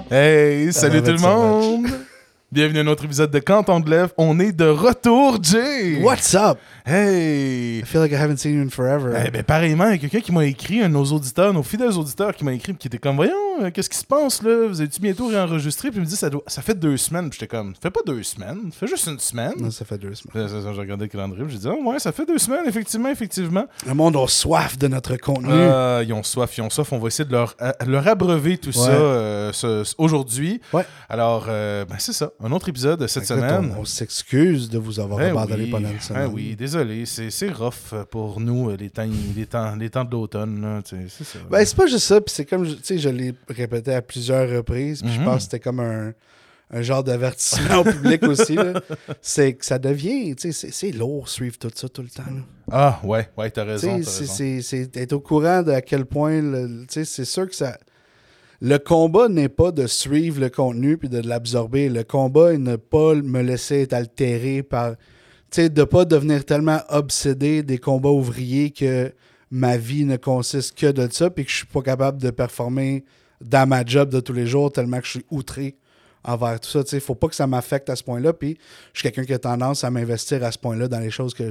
Hey, salut tout le monde! Bienvenue à notre épisode de Quand on te lève. On est de retour, Jay! What's up? Hey! I feel like I haven't seen you in forever. Eh ben, pareillement, il y a quelqu'un qui m'a écrit, un de nos auditeurs, nos fidèles auditeurs qui m'a écrit, qui était comme, voyons, qu'est-ce qui se passe là? Vous avez-tu bientôt réenregistré? Puis il me dit, ça fait 2 semaines. Puis j'étais comme, ça fait pas 2 semaines, ça fait juste 1 semaine. Non, ça fait 2 semaines. J'ai regardé le calendrier, puis j'ai dit, oh, ouais, ça fait 2 semaines, effectivement. Le monde a soif de notre contenu. Ils ont soif. On va essayer de leur abreuver tout ça aujourd'hui. Ouais. Alors, c'est ça, un autre épisode cette semaine. On s'excuse de vous avoir abandonné pendant une semaine. Oui, désolé, c'est rough pour nous les temps de l'automne. Là, c'est ça. Ben, c'est pas juste ça, puis c'est comme, tu sais, je l'ai répété à plusieurs reprises, puis je pense que c'était comme un genre d'avertissement au public aussi. Là. C'est que ça devient, tu sais, c'est lourd suivre tout ça tout le temps. Là. Ah, ouais, t'as raison. C'est être au courant de à quel point, tu sais, c'est sûr que ça... Le combat n'est pas de suivre le contenu puis de l'absorber. Le combat est de ne pas me laisser être altéré par... Tu sais, de ne pas devenir tellement obsédé des combats ouvriers que ma vie ne consiste que de ça puis que je suis pas capable de performer dans ma job de tous les jours tellement que je suis outré envers tout ça. Tu sais, faut pas que ça m'affecte à ce point-là. Puis je suis quelqu'un qui a tendance à m'investir à ce point-là dans les choses que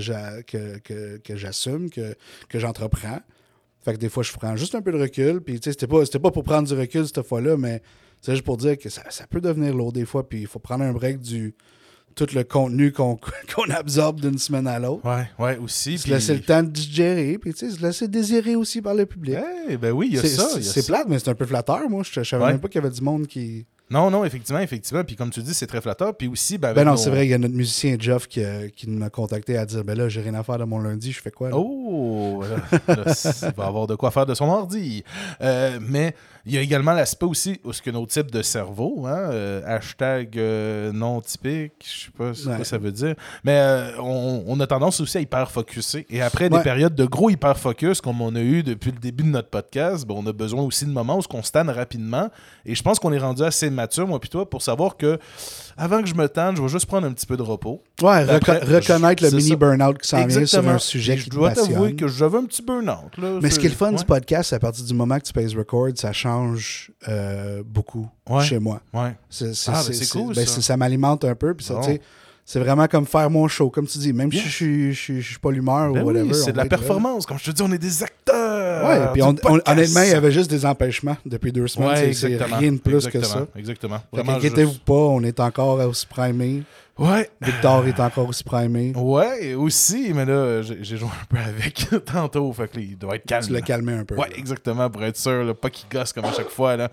j'assume, que j'entreprends. Fait que des fois, je prends juste un peu de recul. Puis, tu sais, c'était pas pour prendre du recul cette fois-là, mais c'est juste pour dire que ça peut devenir lourd des fois. Puis, il faut prendre un break du tout le contenu qu'on absorbe d'une semaine à l'autre. Ouais, aussi. Se laisser le temps de digérer. Puis, tu sais, se laisser désirer aussi par le public. Eh ben oui, il y a ça. C'est plate, mais c'est un peu flatteur, moi. Je savais même pas qu'il y avait du monde qui... Non, effectivement. Puis comme tu dis, c'est très flatteur. Puis aussi, c'est vrai, il y a notre musicien Jeff qui m'a contacté à dire, ben là, j'ai rien à faire de mon lundi, je fais quoi? Là? Oh! Là, il va avoir de quoi faire de son mardi. Mais il y a également l'aspect aussi où ce que nos types de cerveau, hashtag non typique, je sais pas ce que ça veut dire, mais on a tendance aussi à hyper-focusser. Et après des périodes de gros hyper-focus, comme on a eu depuis le début de notre podcast, on a besoin aussi de moments où on se tanne rapidement. Et je pense qu'on est rendu assez mature, moi puis toi, pour savoir que avant que je me tanne, je vais juste prendre un petit peu de repos. Ouais, reconnaître le mini burn-out qui s'en vient sur un sujet qui te passionne. Je dois t'avouer que j'avais un petit burn-out. Là, mais ce qui est le fun du podcast, à partir du moment que tu pèses record, ça change beaucoup chez moi. Ouais. C'est cool, ça. Ça m'alimente un peu. Puis ça, c'est vraiment comme faire mon show, comme tu dis. Même si je suis pas l'humeur ou whatever. C'est de la performance. Comme je te dis, on est des acteurs. Ouais, puis honnêtement, il y avait juste des empêchements depuis 2 semaines. Ouais, c'est rien de plus que ça. Exactement. Inquiétez-vous pas, on est encore aussi primé. Ouais. Victor est encore aussi primé. Ouais, aussi, mais là, j'ai joué un peu avec tantôt, fait que là, il doit être calme. Tu l'as calmé un peu. Ouais, exactement, pour être sûr, là, pas qu'il gosse comme à chaque fois. Là.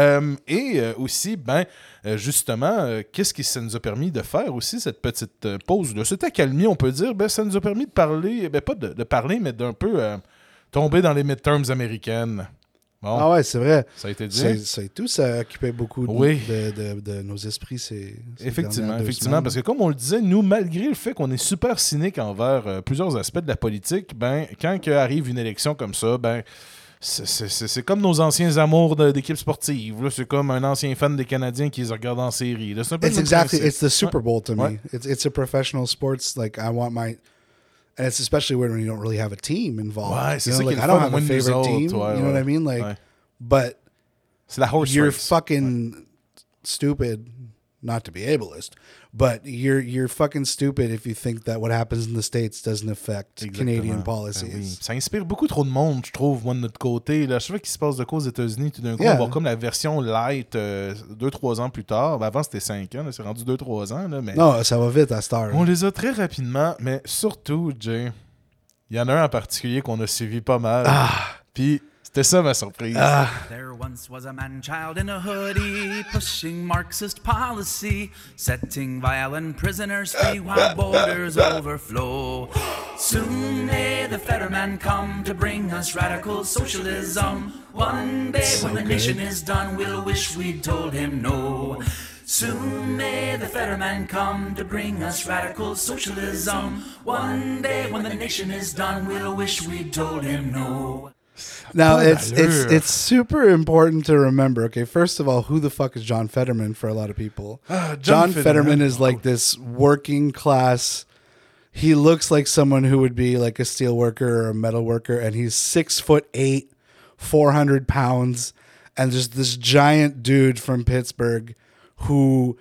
Et aussi, justement, qu'est-ce que ça nous a permis de faire aussi, cette petite pause de cette accalmie, on peut dire, ça nous a permis de parler, pas de parler, mais d'un peu tomber dans les midterms américaines. Bon, ah ouais, c'est vrai. Ça a été dit. C'est tout, ça occupait beaucoup de nos esprits. Effectivement, parce que comme on le disait, nous, malgré le fait qu'on est super cynique envers plusieurs aspects de la politique, quand arrive une élection comme ça, c'est comme nos anciens amours d'équipes sportives. Là. C'est comme un ancien fan des Canadiens qui les regarde en série. Là. C'est un peu it's the Super Bowl to me. It's a professional sports. Like, I want my... And it's especially when you don't really have a team involved. Ouais, c'est ça like, qui est I don't have a favorite team. You know what I mean? Like, but c'est la horse you're race. fucking stupid, not to be ableist, but you're fucking stupid if you think that what happens in the States doesn't affect Canadian policies. Oui. Ça inspire beaucoup trop de monde, je trouve, moi, de notre côté. Là, chaque fois qu'il se passe de quoi aux États-Unis, tout d'un coup, on voit comme la version light 2-3 ans plus tard. Avant, c'était 5 ans. Là, c'est rendu 2-3 ans. Là, mais non, ça va vite à cette heure. On les a très rapidement, mais surtout, Jay, il y en a un en particulier qu'on a suivi pas mal. Puis c'était ça ma surprise. There once was a man-child in a hoodie, pushing Marxist policy, setting violent prisoners free while borders overflow. Soon may the Fetterman come to bring us radical socialism. One day when the nation is done, we'll wish we'd told him no. Soon may the Fetterman come to bring us radical socialism. One day when the nation is done, we'll wish we'd told him no. Now, it's super important to remember, okay, first of all, who the fuck is John Fetterman for a lot of people? John Fetterman is like this working class. He looks like someone who would be like a steel worker or a metal worker, and he's 6'8", 400 pounds, and just this giant dude from Pittsburgh who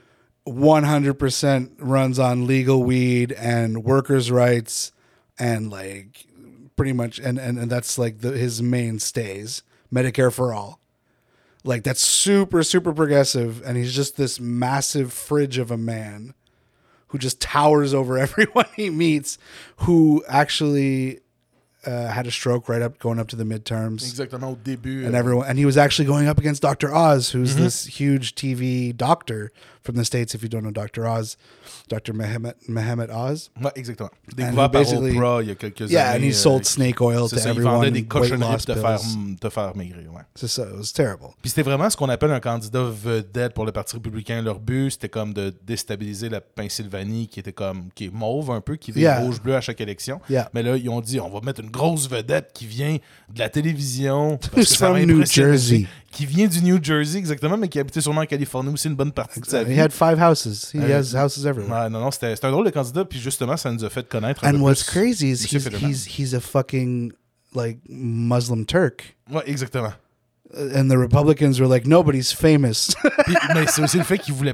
100% runs on legal weed and workers' rights and like pretty much and that's like his mainstays, Medicare for all. Like that's super, super progressive, and he's just this massive fridge of a man who just towers over everyone he meets, who actually had a stroke going up to the midterms. Exactement au début. And he was actually going up against Dr. Oz, who's this huge TV doctor from the States. If you don't know Dr. Oz, Dr. Mehmet Oz. Ouais, exactement. Découvert par Oprah il y a quelques années. Yeah, and he sold snake oil to everyone. Il vendait des cochonneries pour te faire maigrir. Ouais. C'est ça, it was terrible. Puis c'était vraiment ce qu'on appelle un candidat vedette pour le Parti républicain. Leur but, c'était comme de déstabiliser la Pennsylvanie, qui est mauve un peu, qui vit rouge-bleu à chaque élection. Yeah. Mais là, ils ont dit, on va mettre une grosse vedette qui vient de la télévision. It's from New Jersey. Qui vient du New Jersey, exactement, mais qui habitait sûrement en Californie aussi une bonne partie de sa vie. He had 5 houses. He has houses everywhere. Ouais, non, c'était un drôle de candidat, puis justement, ça nous a fait connaître un peu And what's plus crazy is he's a fucking like Muslim Turk. Ouais, exactement. And the Republicans were like, nobody's famous. Mais c'est aussi le fait qu'il veut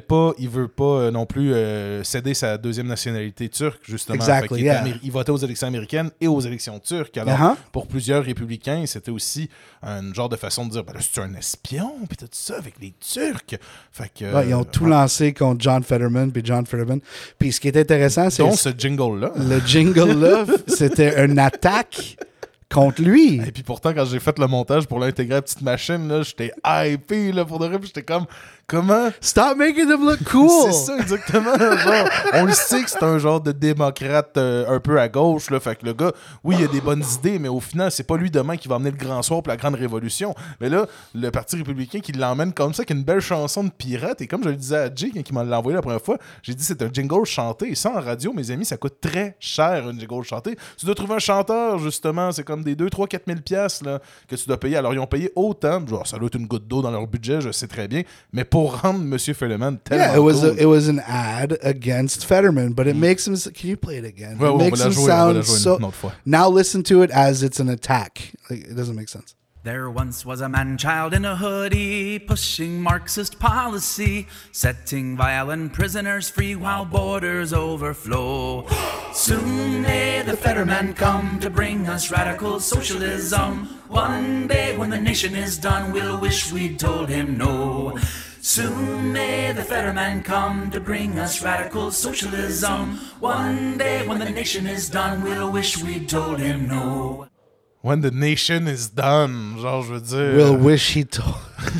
pas non plus céder sa deuxième nationalité turque, justement. Exactly, il votait aux élections américaines et aux élections turques. Alors, pour plusieurs républicains, c'était aussi un genre de façon de dire, ben là, c'est un espion, puis tout ça, avec les Turcs. Fait que, ils ont tout lancé contre John Fetterman. Puis ce qui est intéressant, c'est... Donc, ce jingle-là. Le jingle-là, c'était une attaque contre lui. Et puis pourtant, quand j'ai fait le montage pour l'intégrer à la petite machine, là, j'étais hypé là, pour de vrai, puis j'étais comme, comment? Stop making them look cool! C'est ça, exactement. Genre, on le sait que c'est un genre de démocrate un peu à gauche, là, fait que le gars, oui, il a des bonnes idées, mais au final, c'est pas lui demain qui va emmener le grand soir pour la grande révolution. Mais là, le Parti républicain qui l'emmène comme ça, avec une belle chanson de pirate, et comme je le disais à Jay, quand il m'a envoyé la première fois, j'ai dit c'est un jingle chanté, et ça en radio, mes amis, ça coûte très cher, un jingle chanté. Tu dois trouver un chanteur, justement, c'est comme des 2, 3, 4 000 piastres, là, que tu dois payer. Alors, ils ont payé autant, genre, ça doit être une goutte d'eau dans leur budget, je sais très bien, mais pour rendre M. Fetterman tellement cool. It was an ad against Fetterman, but it makes him... Can you play it again? Ouais, it makes him sound so... Now listen to it as it's an attack. Like, it doesn't make sense. There once was a man-child in a hoodie, pushing Marxist policy, setting violent prisoners free while borders overflow. Soon may the Fetterman come to bring us radical socialism. One day when the nation is done, we'll wish we'd told him no. Soon may the Fetterman come to bring us radical socialism. One day when the nation is done, we'll wish we'd told him no. When the nation is done, genre, je veux dire... We'll wish he told...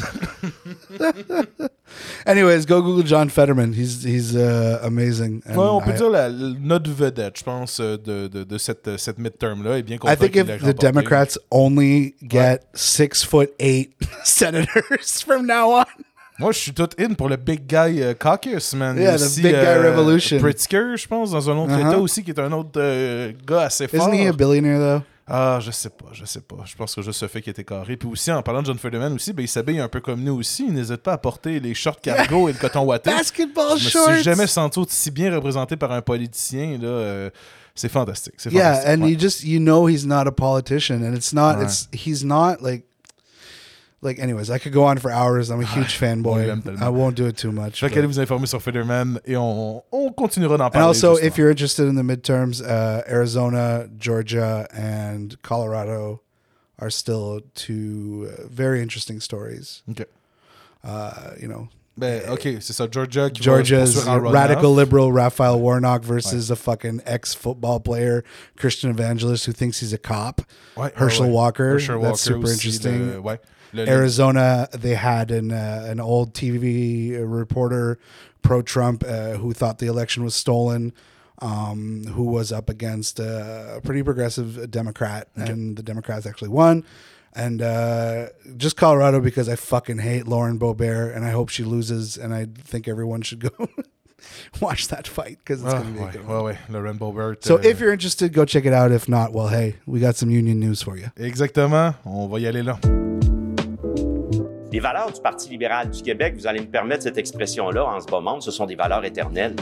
Anyways, go Google John Fetterman. He's amazing. Ouais, on peut dire notre vedette, je pense, de cette midterm-là. Et bien I think if the Democrats only get 6'8" senators from now on... Moi, je suis tout in pour le Big Guy Caucus, man. Yeah, the Big Guy Revolution. Pritzker, je pense, dans un autre État aussi, qui est un autre gars assez fort. Isn't he a billionaire, though? Ah, je sais pas. Je pense que juste ce fait qu'il était carré. Puis aussi, en parlant de John Fetterman aussi, ben, il s'habille un peu comme nous aussi. Il n'hésite pas à porter les shorts cargo et le coton watté. Basketball shorts! Je me suis jamais senti aussi bien représenté par un politicien, là. C'est fantastique. Yeah, and you know he's not a politician. And he's not like, anyways, I could go on for hours. I'm a huge fanboy. I won't do it too much. Je vais aller vous informer sur Fetterman et on continuera d'en parler. And also, if you're interested in the midterms, Arizona, Georgia, and Colorado are still two very interesting stories. Okay. You know. OK, c'est ça. Georgia's radical liberal Raphael Warnock versus a fucking ex-football player, Christian evangelist who thinks he's a cop. Herschel Walker. That's super interesting. Arizona, they had an old TV reporter, pro-Trump, who thought the election was stolen, who was up against a pretty progressive Democrat, and the Democrats actually won. And just Colorado, because I fucking hate Lauren Boebert, and I hope she loses, and I think everyone should go watch that fight, because it's going to be a good one. Ouais, Lauren Boebert. So if you're interested, go check it out. If not, well, hey, we got some union news for you. Exactement. On va y aller là. Les valeurs du Parti libéral du Québec, vous allez me permettre cette expression-là en ce bas monde, ce sont des valeurs éternelles.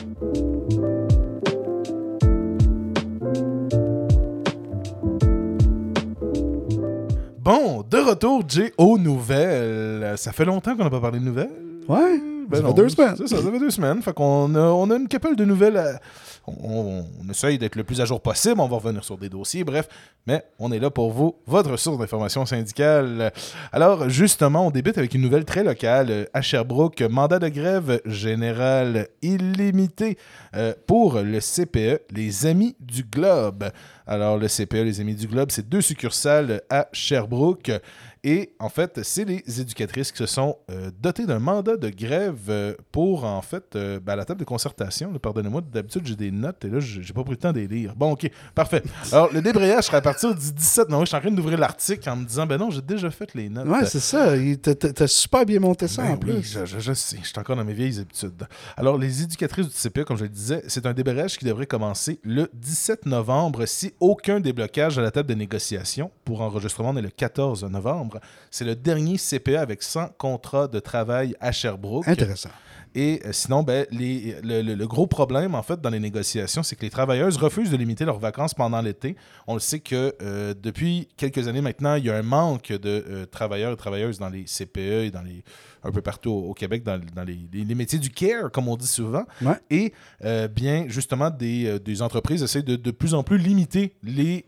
Bon, de retour, Jay, aux nouvelles. Ça fait longtemps qu'on n'a pas parlé de nouvelles. Ouais, ça fait 2 semaines. C'est ça fait 2 semaines. Fait qu'on a une couple de nouvelles. On essaye d'être le plus à jour possible. On va revenir sur des dossiers, bref. Mais on est là pour vous, votre source d'information syndicale. Alors, justement, on débute avec une nouvelle très locale. À Sherbrooke, mandat de grève générale illimité pour le CPE, les Amis du Globe. Alors, le CPE, les Amis du Globe, c'est 2 succursales à Sherbrooke. Et en fait, c'est les éducatrices qui se sont dotées d'un mandat de grève pour, en fait, à la table de concertation. Là, pardonnez-moi, d'habitude, j'ai des notes et là, j'ai pas pris le temps de les lire. Bon, OK, parfait. Alors, le débrayage sera à partir du 17 novembre. Je suis en train d'ouvrir l'article en me disant, ben non, j'ai déjà fait les notes. Ouais, c'est ça. T'as super bien monté ça en plus. Oui, je sais. Je suis encore dans mes vieilles habitudes. Alors, les éducatrices du CPE, comme je le disais, c'est un débrayage qui devrait commencer le 17 novembre si aucun déblocage à la table de négociation. Pour enregistrement, on est le 14 novembre. C'est le dernier CPE avec 100 contrats de travail à Sherbrooke. Intéressant. Et sinon, le gros problème, en fait, dans les négociations, c'est que les travailleuses refusent de limiter leurs vacances pendant l'été. On le sait que depuis quelques années maintenant, il y a un manque de travailleurs et travailleuses dans les CPE et un peu partout au Québec, dans les métiers du care, comme on dit souvent. Ouais. Et justement, des entreprises essaient de plus en plus limiter les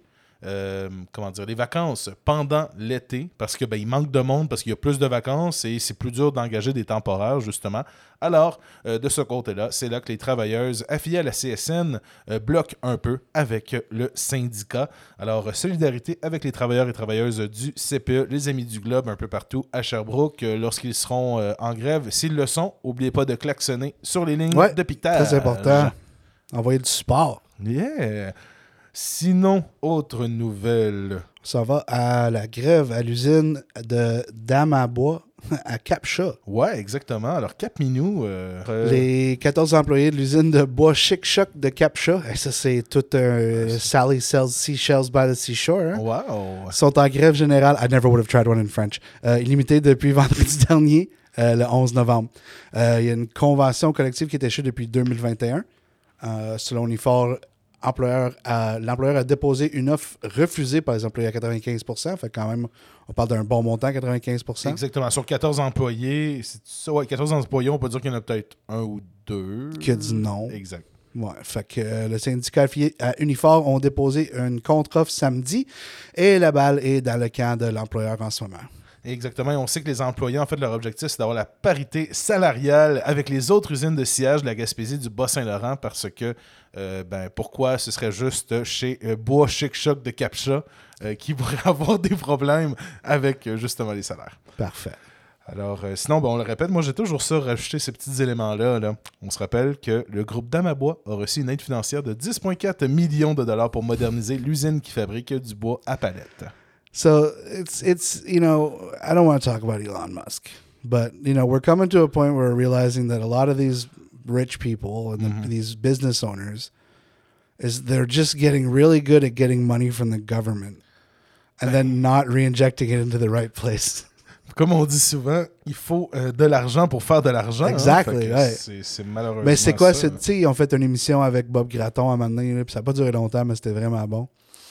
vacances pendant l'été parce que il manque de monde, parce qu'il y a plus de vacances et c'est plus dur d'engager des temporaires, justement. Alors, de ce côté-là, c'est là que les travailleuses affiliées à la CSN bloquent un peu avec le syndicat. Alors, solidarité avec les travailleurs et travailleuses du CPE, les Amis du Globe, un peu partout à Sherbrooke, lorsqu'ils seront en grève. S'ils le sont, n'oubliez pas de klaxonner sur les lignes de piquetage. Très important. Envoyer du support. Yeah! Sinon, autre nouvelle. Ça va à la grève à l'usine de Dames à bois à Cap-Chat. Ouais, exactement. Alors, Cap-Minou... Les 14 employés de l'usine de bois Chic-Choc de Cap-Chat, et ça, c'est tout un Sally sells seashells by the seashore. Hein? Wow! Sont en grève générale. I never would have tried one in French. Illimitée depuis vendredi dernier, le 11 novembre. Il y a une convention collective qui est échue depuis 2021. Selon l'IFOR, l'employeur a déposé une offre refusée par les employés à 95%. Fait quand même, on parle d'un bon montant, 95%. Exactement. Sur 14 employés, 14 employés, on peut dire qu'il y en a peut-être 1 ou 2. Qui a dit non. Exact. Ouais, fait que le syndicat affilié à Unifor ont déposé une contre-offre samedi et la balle est dans le camp de l'employeur en ce moment. Exactement. Et on sait que les employés, en fait, leur objectif, c'est d'avoir la parité salariale avec les autres usines de sciage de la Gaspésie du Bas-Saint-Laurent parce que, pourquoi ce serait juste chez Bois Chic-Choc de Cap-Chat qui pourrait avoir des problèmes avec, justement, les salaires. Parfait. Alors, sinon, on le répète, moi, j'ai toujours ça, rajouter ces petits éléments-là. Là. On se rappelle que le groupe Dames à bois a reçu une aide financière de 10,4 millions de dollars pour moderniser l'usine qui fabrique du bois à palette. So it's I don't want to talk about Elon Musk, but we're coming to a point where we're realizing that a lot of these rich people and these business owners they're just getting really good at getting money from the government and then not reinjecting it into the right place. Comme on dit souvent, il faut de l'argent pour faire de l'argent. Exactly, hein? right. C'est malheureusement Mais c'est quoi? ça. Ils ont fait une émission avec Bob Gratton à un moment donné, puis ça n'a pas duré longtemps, mais c'était vraiment bon.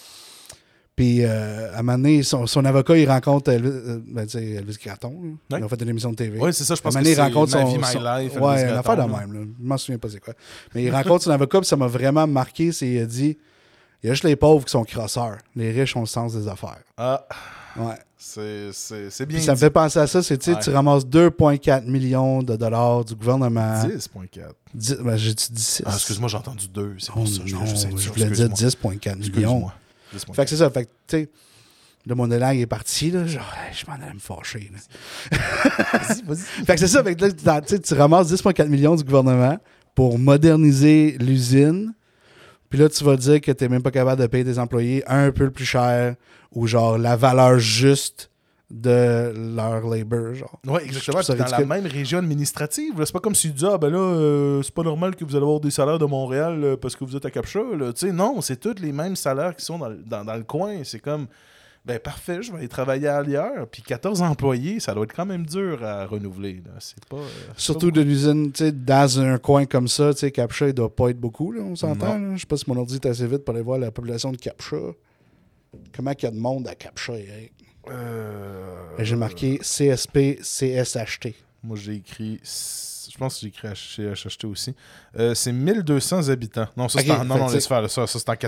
Puis, à un moment donné, son avocat, il rencontre Elvis Gratton. Ouais. Ils ont fait une émission de TV. Oui, c'est ça, je pense À un que moment donné, c'est Ma vie, My Life. Ouais, Elvis une affaire de Gratton, même. Là. Je m'en souviens pas c'est quoi. Mais il rencontre son avocat, puis ça m'a vraiment marqué. Il a dit, il y a juste les pauvres qui sont crosseurs. Les riches ont le sens des affaires. Ah, Ouais. c'est bien Puis ça me dit. fait penser à ça. Tu ramasses 2,4 millions de dollars du gouvernement. 10,4. J'ai-tu dit 6? Ah, excuse-moi, j'ai entendu 2. C'est Oh pour ça. non, juste être je sûr, voulais dire excuse-moi. 10,4 millions. Excuse-moi. 10,4. Fait que c'est ça. Fait que, tu sais, le monde de langue est parti, là. Genre, je m'en allais me fâcher, là. Vas-y. Fait que c'est ça. Fait que là, tu ramasses 10,4 millions du gouvernement pour moderniser l'usine. Puis là, tu vas dire que tu n'es même pas capable de payer tes employés un peu plus cher ou genre la valeur juste de leur labor. Genre. Oui, exactement. Ça Puis dans la même région administrative. là, c'est pas comme si tu dis, c'est pas normal que vous allez avoir des salaires de Montréal parce que vous êtes à Cap-Chat. là. Tu sais, non, c'est tous les mêmes salaires qui sont dans le coin. C'est comme, parfait, je vais aller travailler ailleurs. Puis 14 employés, ça doit être quand même dur à renouveler. Là. C'est pas, Surtout de l'usine, tu sais, dans un coin comme ça, tu sais, Cap-Chat, il doit pas être beaucoup, là, on s'entend. Là. Je sais pas si mon ordi est assez vite pour aller voir la population de Cap-Chat. Comment qu'il y a de monde à Cap-Chat, Eric? J'ai marqué CSP, CSHT. Moi, j'ai écrit... Je pense que j'ai écrit CHHT aussi. C'est 1200 habitants. Non, ça, c'est non, laisse faire. Ça c'est en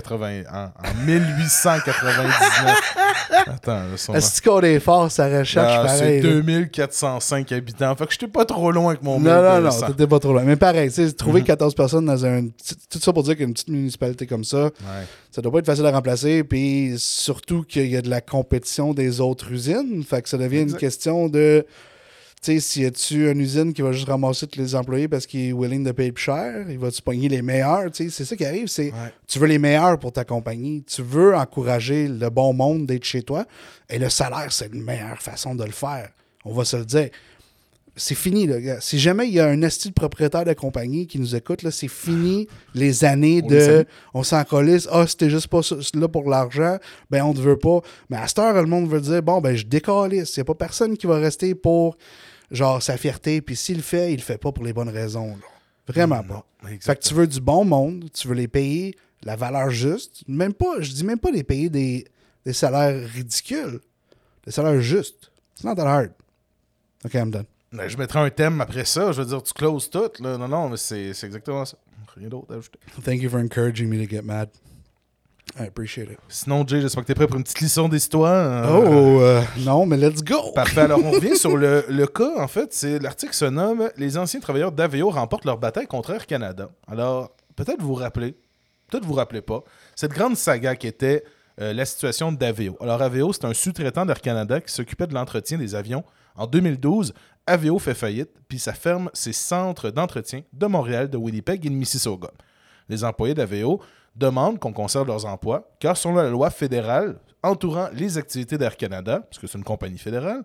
1899. Attends, là, est-ce qu'on est fort, ça recherche pareil. C'est 2405 habitants. Fait que j'étais pas trop loin avec mon 1200. Non, t'étais pas trop loin. Mais pareil, tu sais, trouver 14 personnes dans un... Tout ça pour dire qu'une petite municipalité comme ça, ça doit pas être facile à remplacer. Puis surtout qu'il y a de la compétition des autres usines. Fait que ça devient une question de... Tu sais, si y-a-tu une usine qui va juste ramasser tous les employés parce qu'il est willing de payer plus cher, il va-tu pogner les meilleurs? Tu sais, c'est ça qui arrive. Tu veux les meilleurs pour ta compagnie. Tu veux encourager le bon monde d'être chez toi. Et le salaire, c'est la meilleure façon de le faire. On va se le dire. C'est fini, là, gars. Si jamais il y a un esti de propriétaire de compagnie qui nous écoute, là, c'est fini les années on s'en colisse. C'était juste pas là pour l'argent, ben on ne veut pas. Mais à cette heure, le monde veut dire, bon, ben je décalisse. Il n'y a pas personne qui va rester pour genre sa fierté. Puis s'il le fait, il le fait pas pour les bonnes raisons. Là. Vraiment pas. Fait que tu veux du bon monde, tu veux les payer la valeur juste. Je dis même pas les payer des salaires ridicules. Des salaires justes. It's not that hard. OK, I'm done. Ben, je mettrai un thème après ça. Je veux dire, tu closes tout. Là. Non, mais c'est exactement ça. Rien d'autre à ajouter. Thank you for encouraging me to get mad. I appreciate it. Sinon, Jay, j'espère que t'es prêt pour une petite leçon d'histoire. Non, mais let's go! Parfait. Alors, on revient sur le cas, en fait. L'article se nomme « Les anciens travailleurs d'Aveo remportent leur bataille contre Air Canada ». Alors, peut-être vous vous rappelez, peut-être vous vous rappelez pas, cette grande saga qui était la situation d'Aveo. Alors, Aveo, c'est un sous-traitant d'Air Canada qui s'occupait de l'entretien des avions. En 2012, Aveo fait faillite, puis ça ferme ses centres d'entretien de Montréal, de Winnipeg et de Mississauga. Les employés d'Aveo demandent qu'on conserve leurs emplois, car selon la loi fédérale entourant les activités d'Air Canada, parce que c'est une compagnie fédérale,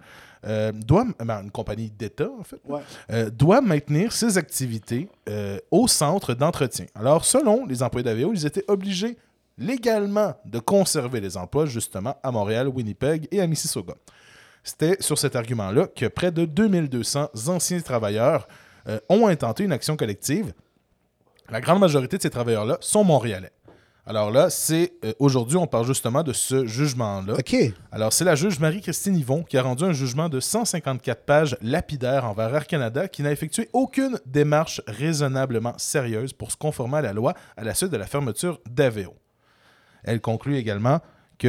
une compagnie d'État, en fait, doit maintenir ses activités au centre d'entretien. Alors, selon les employés d'Aveo, ils étaient obligés légalement de conserver les emplois, justement, à Montréal, Winnipeg et à Mississauga. C'était sur cet argument-là que près de 2200 anciens travailleurs ont intenté une action collective. La grande majorité de ces travailleurs-là sont montréalais. Alors là, aujourd'hui, on parle justement de ce jugement-là. OK. Alors, c'est la juge Marie-Christine Yvon qui a rendu un jugement de 154 pages lapidaire envers Air Canada qui n'a effectué aucune démarche raisonnablement sérieuse pour se conformer à la loi à la suite de la fermeture d'Aveo. Elle conclut également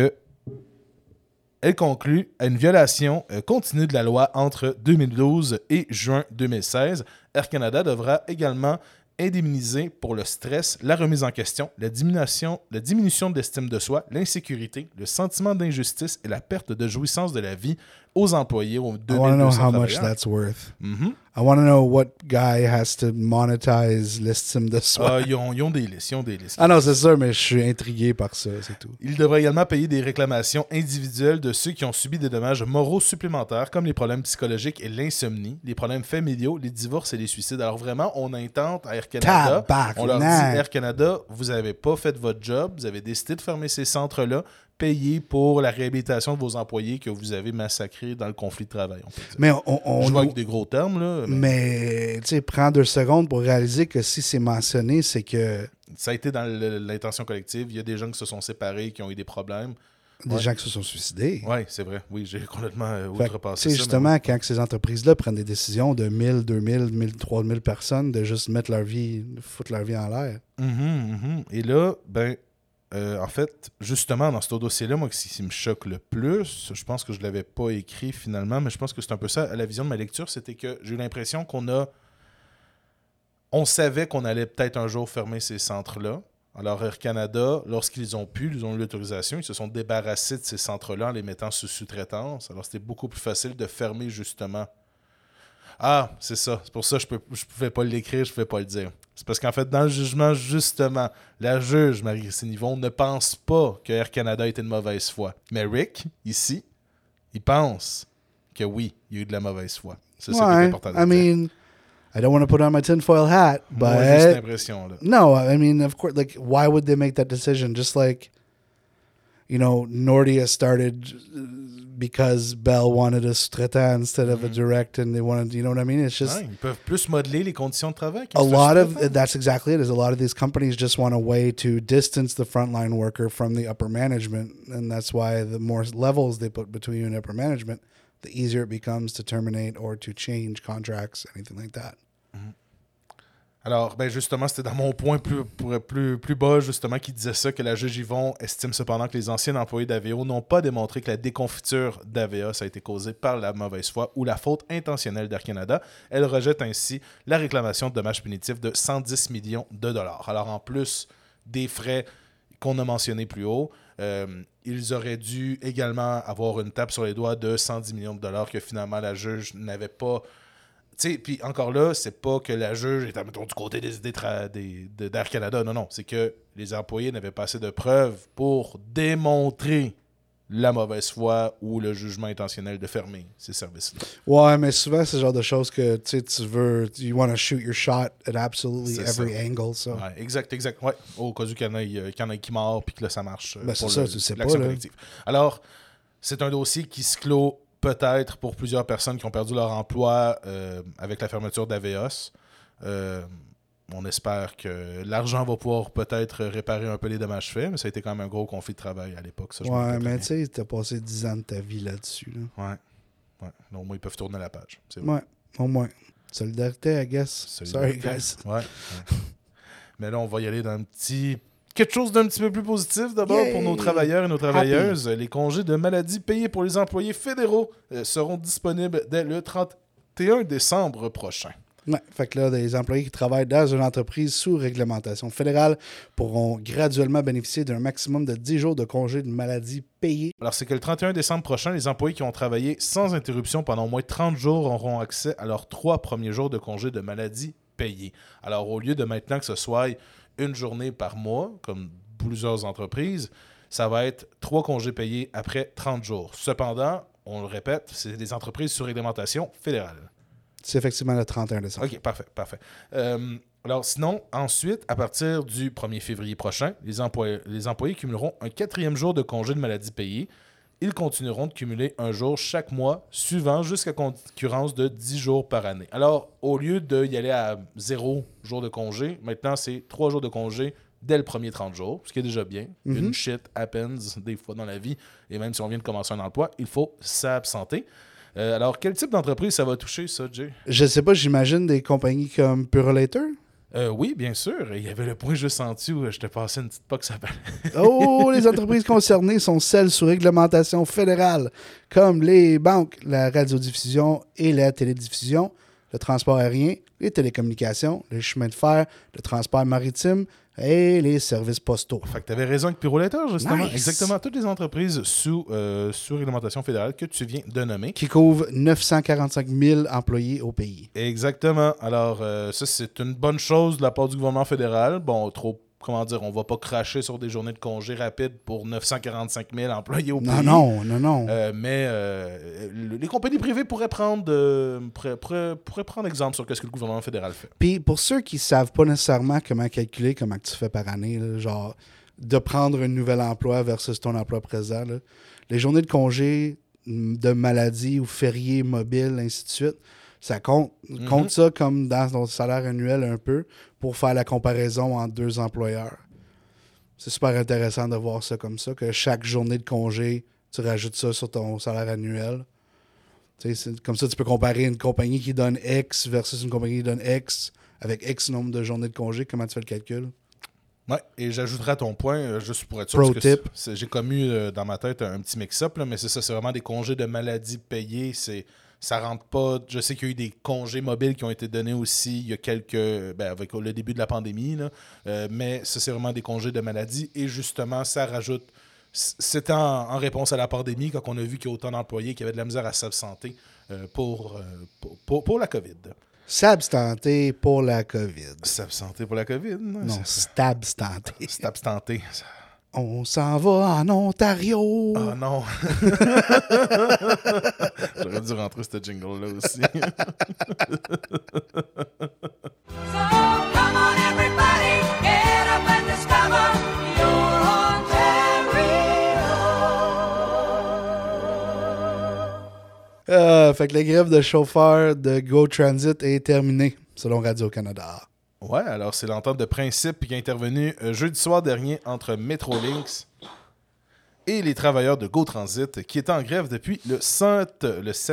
à une violation continue de la loi entre 2012 et juin 2016. Air Canada devra également indemniser pour le stress, la remise en question, la diminution de l'estime de soi, l'insécurité, le sentiment d'injustice et la perte de jouissance de la vie aux employés au 2200 I want to know how travailleurs. much that's worth. Mm-hmm. I want to know what guy has to monetize l'estime de soi. Ils ont des listes. Ah non, c'est sûr, mais je suis intrigué par ça, c'est tout. Il devra également payer des réclamations individuelles de ceux qui ont subi des dommages moraux supplémentaires, comme les problèmes psychologiques et l'insomnie, les problèmes familiaux, les divorces et les suicides. Alors vraiment, on intente à Air Canada, on leur dit, Air Canada, vous n'avez pas fait votre job, vous avez décidé de fermer ces centres-là, payer pour la réhabilitation de vos employés que vous avez massacrés dans le conflit de travail. Mais je vois avec des gros termes, là. Mais tu sais, prends 2 secondes pour réaliser que si c'est mentionné, c'est que... Ça a été dans l'intention collective. Il y a des gens qui se sont séparés, qui ont eu des problèmes. Des gens qui se sont suicidés. Oui, c'est vrai. Oui, j'ai complètement outrepassé ça. Justement, quand ces entreprises-là prennent des décisions de 1000, 2000, 1000, 3000 personnes, de juste mettre foutre leur vie en l'air. Et là, en fait, justement, dans ce dossier-là, moi, ce qui me choque le plus, je pense que je ne l'avais pas écrit finalement, mais je pense que c'est un peu ça, à la vision de ma lecture, c'était que j'ai eu l'impression on savait qu'on allait peut-être un jour fermer ces centres-là. Alors, Air Canada, lorsqu'ils ont pu, ils ont eu l'autorisation, ils se sont débarrassés de ces centres-là en les mettant sous sous-traitance. Alors, c'était beaucoup plus facile de fermer, justement. Ah, c'est ça. C'est pour ça que je pouvais pas l'écrire, je pouvais pas le dire. C'est parce qu'en fait, dans le jugement, justement, la juge, Marie-Christine Yvon, ne pense pas que Air Canada était de mauvaise foi. Mais Rick, ici, il pense que oui, il y a eu de la mauvaise foi. C'est ça qui est important de dire. I mean, I don't want to put on my tinfoil hat, but... Moi, j'ai cette impression-là. No, I mean, of course, like, why would they make that decision? Just like, Nordia started because Bell wanted a sous-traitant instead of a direct, and they wanted, you know what I mean? It's just... Ils peuvent plus modeler les conditions de travail. That's exactly it. Is a lot of these companies just want a way to distance the frontline worker from the upper management, and that's why the more levels they put between you and upper management, the easier it becomes to terminate or to change contracts, anything like that. Mm-hmm. Alors, justement, c'était dans mon point plus bas, justement, qui disait ça, que la juge Yvon estime cependant que les anciens employés d'AVO n'ont pas démontré que la déconfiture d'AVA a été causée par la mauvaise foi ou la faute intentionnelle d'Air Canada. Elle rejette ainsi la réclamation de dommages punitifs de 110 millions de dollars. Alors, en plus des frais qu'on a mentionnés plus haut, ils auraient dû également avoir une tape sur les doigts de 110 millions de dollars que finalement la juge n'avait pas... Puis encore là, c'est pas que la juge est du côté des idées d'Air Canada. Non, c'est que les employés n'avaient pas assez de preuves pour démontrer la mauvaise foi ou le jugement intentionnel de fermer ces services-là. Ouais, mais souvent, c'est le genre de choses que tu veux... You want to shoot your shot at absolutely every angle. So. Ouais, exact. Ouais. Au cas où qu'il y en a qui meurt puis que là, ça marche pour l'action collective. Alors, c'est un dossier qui se clôt peut-être pour plusieurs personnes qui ont perdu leur emploi avec la fermeture d'Aveos. On espère que l'argent va pouvoir peut-être réparer un peu les dommages faits, mais ça a été quand même un gros conflit de travail à l'époque. Ça, mais tu sais, t'as passé 10 ans de ta vie là-dessus. Là. Ouais. Donc, au moins, ils peuvent tourner la page. C'est ouais, au moins. Solidarité, I guess. Sorry, guys. Ouais. Mais là, on va y aller dans quelque chose d'un petit peu plus positif d'abord pour nos travailleurs et nos travailleuses. Les congés de maladie payés pour les employés fédéraux seront disponibles dès le 31 décembre prochain. Ouais, fait que là, les employés qui travaillent dans une entreprise sous réglementation fédérale pourront graduellement bénéficier d'un maximum de 10 jours de congés de maladie payés. Alors, c'est que le 31 décembre prochain, les employés qui ont travaillé sans interruption pendant au moins 30 jours auront accès à leurs 3 premiers jours de congés de maladie payés. Alors, au lieu de maintenant que ce soit une journée par mois, comme plusieurs entreprises, ça va être 3 congés payés après 30 jours. Cependant, on le répète, c'est des entreprises sous réglementation fédérale. C'est effectivement le 31 décembre. OK, parfait. Alors, sinon, ensuite, à partir du 1er février prochain, les employés cumuleront un 4e jour de congé de maladie payé. Ils continueront de cumuler un jour chaque mois suivant jusqu'à concurrence de 10 jours par année. Alors, au lieu d'y aller à 0 jour de congé, maintenant, c'est 3 jours de congé dès le premier 30 jours, ce qui est déjà bien. Mm-hmm. Une shit happens des fois dans la vie, et même si on vient de commencer un emploi, il faut s'absenter. Alors, quel type d'entreprise ça va toucher, ça, Jay? Je sais pas, j'imagine des compagnies comme Purolator? Oui, bien sûr. Il y avait le point juste en dessous où je t'ai passé une petite POC ça s'appelle. Oh, les entreprises concernées sont celles sous réglementation fédérale, comme les banques, la radiodiffusion et la télédiffusion, le transport aérien, les télécommunications, les chemins de fer, le transport maritime et les services postaux. Fait que tu avais raison avec Purolator, justement. Nice. Exactement. Toutes les entreprises sous réglementation fédérale que tu viens de nommer. Qui couvrent 945 000 employés au pays. Exactement. Alors, ça, c'est une bonne chose de la part du gouvernement fédéral. Bon, on va pas cracher sur des journées de congé rapides pour 945 000 employés au pays. Non. Mais les compagnies privées pourraient prendre exemple sur ce que le gouvernement fédéral fait. Puis pour ceux qui savent pas nécessairement comment calculer comment tu fais par année, là, genre de prendre un nouvel emploi versus ton emploi présent, là, les journées de congé de maladie ou fériés mobiles, ainsi de suite, ça compte. Mm-hmm. Compte ça comme dans ton salaire annuel un peu pour faire la comparaison entre 2 employeurs. C'est super intéressant de voir ça comme ça, que chaque journée de congé, tu rajoutes ça sur ton salaire annuel. Comme ça, tu peux comparer une compagnie qui donne X versus une compagnie qui donne X avec X nombre de journées de congé. Comment tu fais le calcul? Oui, et j'ajouterai à ton point, juste pour être sûr, Pro parce tip. que j'ai commis dans ma tête un petit mix-up, là, mais c'est ça, c'est vraiment des congés de maladie payés, ça rentre pas. Je sais qu'il y a eu des congés mobiles qui ont été donnés aussi il y a avec le début de la pandémie, là, mais ça, c'est vraiment des congés de maladie, et justement, ça rajoute. C'était en réponse à la pandémie, quand on a vu qu'il y a autant d'employés qui avaient de la misère à s'absenter pour la COVID. S'abstenter pour la COVID. S'absenter pour la COVID? Non, s'abstenter. S'abstenter. On s'en va en Ontario. Ah non. J'aurais dû rentrer ce jingle-là aussi. So come on everybody, get up and discover your Ontario. Fait que la grève de chauffeurs de Go Transit est terminée, selon Radio-Canada. Ouais, alors c'est l'entente de principe qui est intervenue jeudi soir dernier entre Metrolinx et les travailleurs de Go Transit qui étaient en grève depuis le 7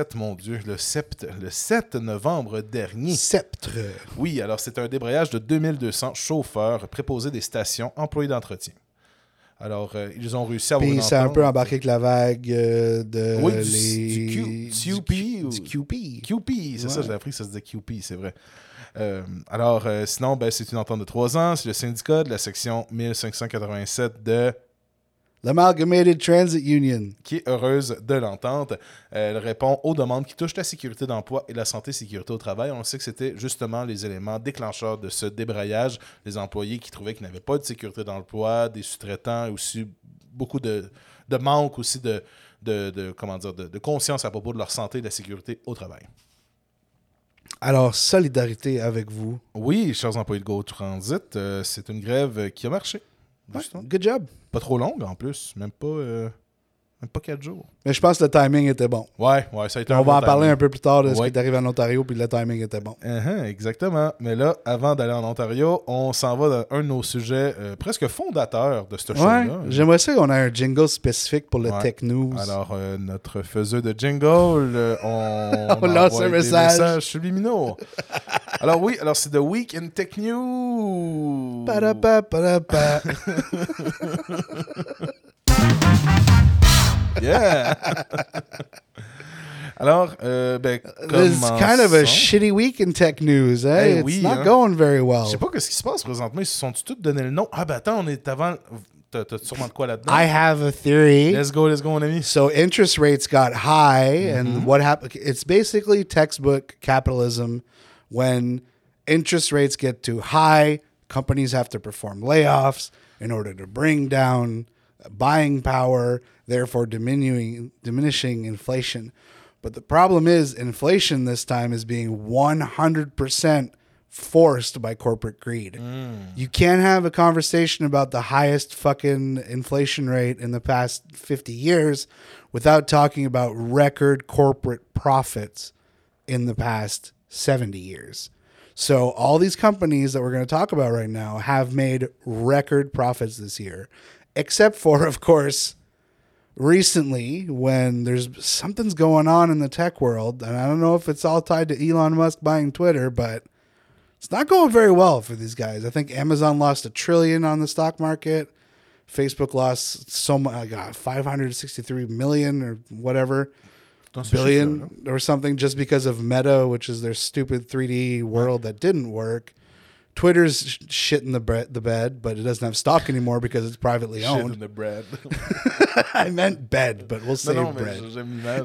novembre dernier. Sceptre. Oui, alors c'est un débrayage de 2200 chauffeurs préposés des stations employés d'entretien. Alors, ils ont réussi à avoir une Puis c'est un entente. peu embarqué avec la vague de Oui, les... du QP. Du QP. QP, c'est Ouais. ça, j'ai appris que ça se disait QP, c'est vrai. Sinon, c'est une entente de 3 ans. C'est le syndicat de la section 1587 de... L'Amalgamated Transit Union. qui est heureuse de l'entente. Elle répond aux demandes qui touchent la sécurité d'emploi et la santé et sécurité au travail. On sait que c'était justement les éléments déclencheurs de ce débrayage. Les employés qui trouvaient qu'ils n'avaient pas de sécurité d'emploi, des sous-traitants, et aussi beaucoup de manque aussi de conscience à propos de leur santé et de la sécurité au travail. Alors, solidarité avec vous. Oui, chers employés de Go Transit, c'est une grève qui a marché. Ouais, Justement. good job. Pas trop longue en plus, même pas 4 jours. Mais je pense que le timing était bon. Ouais, ça a été On va en parler timing. un peu plus tard de ce Ouais. qui est arrivé en Ontario, puis le timing était bon. Exactement. Mais là, avant d'aller en Ontario, on s'en va dans un de nos sujets presque fondateurs de ce Ouais, show-là. j'aimerais ça qu'on ait un jingle spécifique pour le Ouais. Tech News. Alors, notre faiseux de jingle, on lance envoie un des message. messages subliminaux. Alors oui, c'est The Week in Tech News. Padapa, padapa. Yeah! Alors, It's kind of a shitty week in tech news, eh? Eh It's oui, not hein. going very well. Je sais pas ce qui se passe présentement. Ils se sont tous donné le nom. Ah, ben attends, on est avant. T'as sûrement de quoi là-dedans? I have a theory. Let's go, mon ami. So interest rates got high, and what happened? It's basically textbook capitalism. When interest rates get too high, companies have to perform layoffs in order to bring down buying power, therefore diminishing inflation. But the problem is, inflation this time is being 100% forced by corporate greed. You can't have a conversation about the highest fucking inflation rate in the past 50 years without talking about record corporate profits in the past 70 years. So all these companies that we're going to talk about right now have made record profits this year, except for, of course, recently when there's something's going on in the tech world, and I don't know if it's all tied to Elon Musk buying Twitter, but it's not going very well for these guys. I think Amazon lost $1 trillion on the stock market. Facebook lost so much, 563 million or whatever billion or something just because of Meta, which is their stupid 3D world that didn't work. Twitter's shit in the bed, but it doesn't have stock anymore because it's privately Shit owned. in the bread. I meant bed, but we'll say Non, mais bread. j'aime l'image.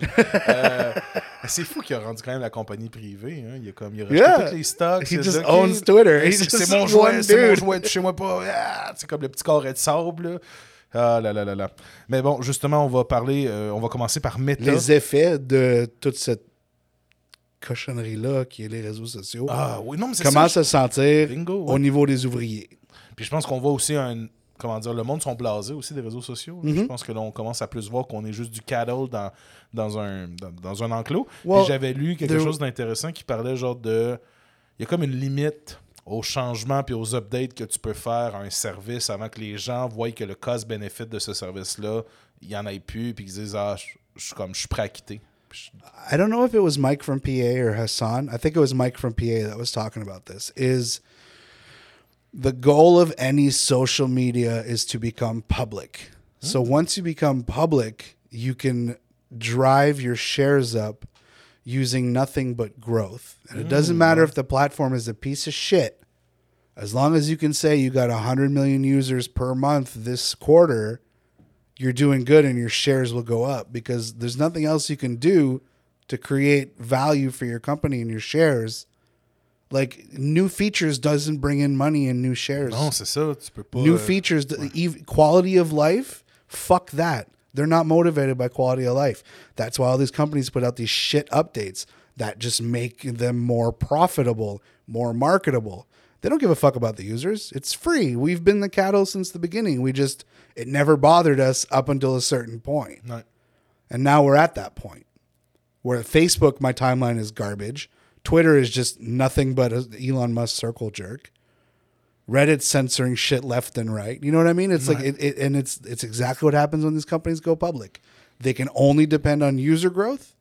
C'est fou qu'il a rendu quand même la compagnie privée. Hein. Il a racheté tous les stocks. He il a just dit, OK, owns Twitter. He's C'est just mon one jouet, c'est mon dude. jouet, touchez-moi pas. Ah, c'est comme le petit carré de sable. Là. Ah là là là là. Mais bon, justement, on va commencer par Meta. Les effets de toute cette cochonnerie-là qui est les réseaux sociaux. Ah oui, non, mais c'est Comment ça. se sentir Bingo, ouais. au niveau des ouvriers. Puis je pense qu'on voit aussi le monde sont blasés aussi des réseaux sociaux. Je pense que là, on commence à plus voir qu'on est juste du cattle dans un enclos. Well, Puis j'avais lu quelque there- chose d'intéressant qui parlait genre de... Il y a comme une limite aux changements puis aux updates que tu peux faire à un service avant que les gens voient que le cost-benefit de ce service-là, il n'y en ait plus puis qu'ils disent « Ah, je suis prêt à quitter. » I don't know if it was Mike from PA or Hassan. I think it was Mike from PA that was talking about this. Is the goal of any social media is to become public. So once you become public, you can drive your shares up using nothing but growth. And it doesn't matter if the platform is a piece of shit. As long as you can say you got 100 million users per month this quarter, you're doing good and your shares will go up because there's nothing else you can do to create value for your company and your shares. Like new features doesn't bring in money in new shares. Non, c'est ça. Tu peux pas... New features, quality of life, fuck that. They're not motivated by quality of life. That's why all these companies put out these shit updates that just make them more profitable, more marketable. They don't give a fuck about the users. It's free. We've been the cattle since the beginning. It never bothered us up until a certain point. Ouais. And now we're at that point. Where Facebook, my timeline is garbage. Twitter is just nothing but an Elon Musk circle jerk. Reddit's censoring shit left and right. You know what I mean? It's like it's exactly what happens when these companies go public. They can only depend on user growth,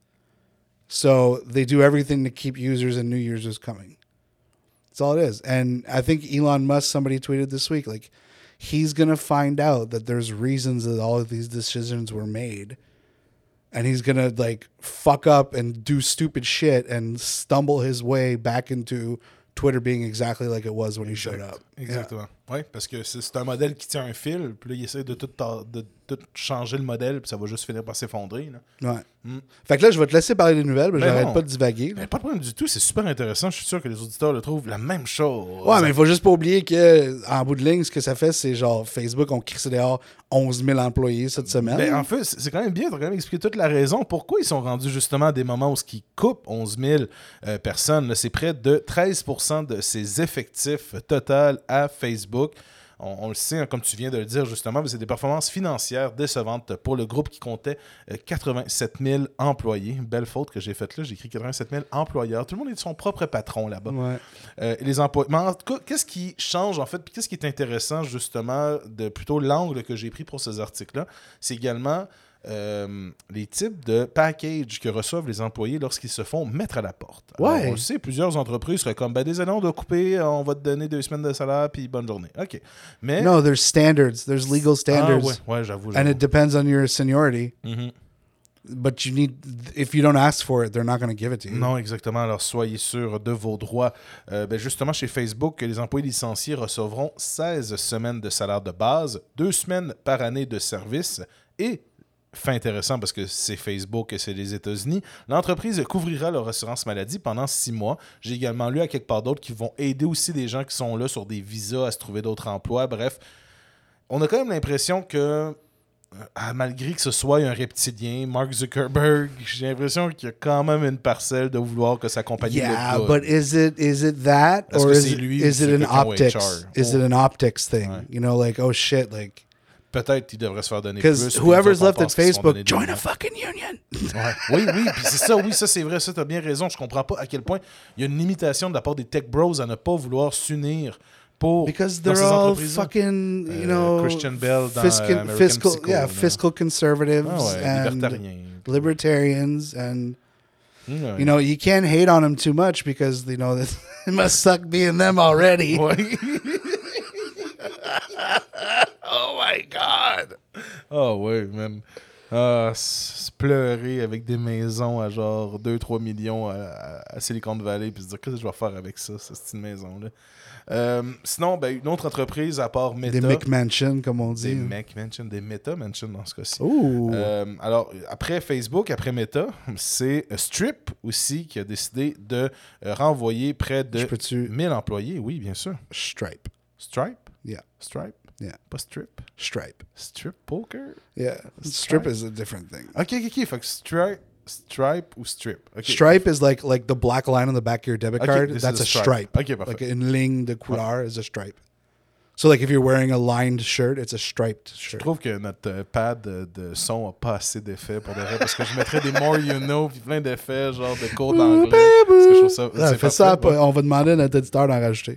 so they do everything to keep users and new users coming. That's all it is. And I think Elon Musk, somebody tweeted this week, like he's gonna find out that there's reasons that all of these decisions were made. And he's going to like fuck up and do stupid shit and stumble his way back into Twitter being exactly like it was when he showed up. Exactement. Yeah. Oui, parce que c'est un modèle qui tient un fil, puis là, il essaie de tout changer le modèle, puis ça va juste finir par s'effondrer. Là. Ouais. Fait que là, je vais te laisser parler des nouvelles, mais j'arrête pas de divaguer. Pas de problème du tout, c'est super intéressant. Je suis sûr que les auditeurs le trouvent la même chose. Ouais, mais il faut juste pas oublier qu'en bout de ligne, ce que ça fait, c'est genre Facebook ont crissé dehors 11 000 employés cette semaine. Ben, en fait, c'est quand même bien, tu as quand même expliqué toute la raison pourquoi ils sont rendus justement à des moments où ils coupent 11 000 personnes. Là, c'est près de 13% de ses effectifs total à Facebook. On le sait, hein, comme tu viens de le dire justement, mais c'est des performances financières décevantes pour le groupe qui comptait 87 000 employés. Belle faute que j'ai faite là, j'ai écrit 87 000 employeurs. Tout le monde est son propre patron là-bas. Ouais. Les employés. Mais en tout cas, qu'est-ce qui change en fait, puis qu'est-ce qui est intéressant justement, de plutôt l'angle que j'ai pris pour ces articles-là, c'est également les types de packages que reçoivent les employés lorsqu'ils se font mettre à la porte. Alors, on le sait, plusieurs entreprises seraient comme désolé, on doit couper, on va te donner 2 semaines de salaire puis bonne journée. OK. Mais no, there's standards. There's legal standards. Ouais, j'avoue. And it depends on your seniority. Mm-hmm. But you need, if you don't ask for it, they're not going to give it to you. Non, exactement. Alors, soyez sûrs de vos droits. Justement, chez Facebook, les employés licenciés recevront 16 semaines de salaire de base, 2 semaines par année de service et fait intéressant parce que c'est Facebook et c'est les États-Unis. L'entreprise couvrira leur assurance maladie pendant 6 mois. J'ai également lu à quelque part d'autres qui vont aider aussi des gens qui sont là sur des visas à se trouver d'autres emplois. Bref, on a quand même l'impression que, malgré que ce soit un reptilien, Mark Zuckerberg, j'ai l'impression qu'il y a quand même une parcelle de vouloir que sa compagnie yeah, but is it that? Parce or que is it an optics? Is it an optics thing? Ouais. You know, like, oh shit, like... Peut-être qu'il devrait se faire donner plus. Because whoever's left at Facebook, join a fucking union. Ouais. Oui, puis c'est ça, ça c'est vrai, ça t'as bien raison. Je comprends pas à quel point il y a une limitation de la part des tech bros à ne pas vouloir s'unir pour because they're all fucking, you know, Christian Bell dans fiscal Psycho, fiscal conservatives and libertarians and you know, you can't hate on them too much because you know it must suck being them already. Oh my God! Oh ouais, man. Se pleurer avec des maisons à genre 2-3 millions à Silicon Valley puis se dire qu'est-ce que je vais faire avec ça, cette maison-là. Sinon, une autre entreprise à part Meta. Des McMansion, comme on dit. Des McMansion, des Meta-Mansion dans ce cas-ci. Alors, après Facebook, après Meta, c'est Strip aussi qui a décidé de renvoyer près de 1000 employés. Oui, bien sûr. Stripe? Yeah. Stripe? Yeah. Pas strip? Stripe. Strip poker? Yeah. Strip is a different thing. OK. Fait que Stripe ou strip? Okay. Stripe is like the black line on the back of your debit card. That's a stripe. OK, parfait. Like une ligne de couleur is a stripe. So like if you're wearing a lined shirt, it's a striped shirt. Je trouve que notre pad de son a pas assez d'effets pour de vrai parce que je mettrais des more you know puis plein d'effets genre de cours d'anglais. Parce que je trouve ça... Fais ça, on va demander à notre éditeur d'en rajouter.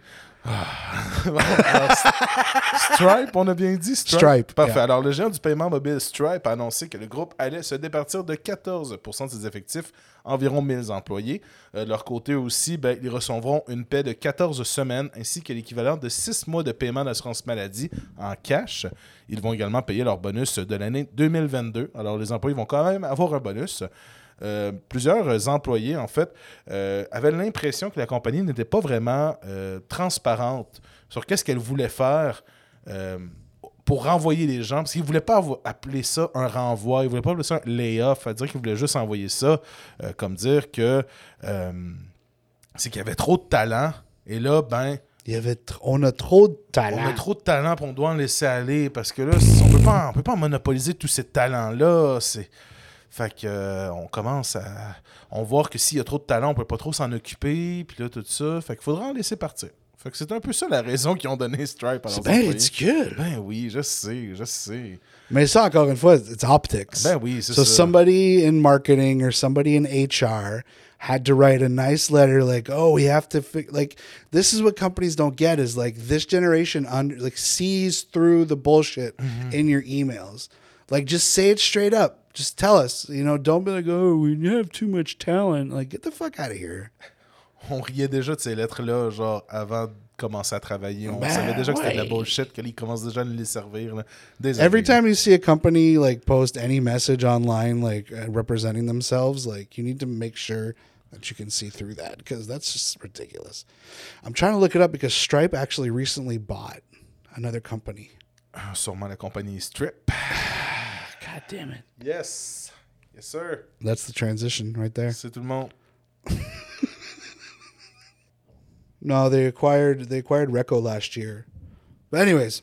Stripe, on a bien dit Stripe. Parfait. Yeah. Alors, le géant du paiement mobile Stripe a annoncé que le groupe allait se départir de 14% de ses effectifs, environ 1000 employés. De leur côté aussi, ils recevront une paie de 14 semaines ainsi que l'équivalent de 6 mois de paiement d'assurance maladie en cash. Ils vont également payer leur bonus de l'année 2022. Alors, les employés vont quand même avoir un bonus. Plusieurs employés, en fait, avaient l'impression que la compagnie n'était pas vraiment transparente sur qu'est-ce qu'elle voulait faire pour renvoyer les gens. Parce qu'ils ne voulaient pas appeler ça un renvoi, ils ne voulaient pas appeler ça un layoff, c'est-à-dire qu'ils voulaient juste envoyer ça comme dire que c'est qu'il y avait trop de talent. Et là, on a trop de talent. On a trop de talent, puis on doit en laisser aller parce que là, on peut pas monopoliser tous ces talents-là. Fait que on commence à... On voit que s'il y a trop de talent, on peut pas trop s'en occuper, puis là, tout ça. Fait qu'il faudra en laisser partir. Fait que c'est un peu ça la raison qu'ils ont donné Stripe à leurs C'est bien employés. ridicule. Ben oui, je sais. Mais ça, encore une fois, it's optics. Ben oui, c'est so ça. somebody in marketing or somebody in HR had to write a nice letter like, oh, we have to like, this is what companies don't get is like this generation sees through the bullshit in your emails. Like, just say it straight up. Just tell us, don't be like, oh, we have too much talent. Like, get the fuck out of here. On riait déjà de ces lettres-là, genre, avant de commencer à travailler. On savait déjà que c'était de la bullshit, qu'ils commencent déjà à nous les servir. Là, Every time you see a company, like, post any message online, like, representing themselves, like, you need to make sure that you can see through that, because that's just ridiculous. I'm trying to look it up because Stripe actually recently bought another company. Sûrement la compagnie Strip. God damn it. Yes, sir. That's the transition right there. C'est tout le monde. No, they acquired Reco last year. But anyways,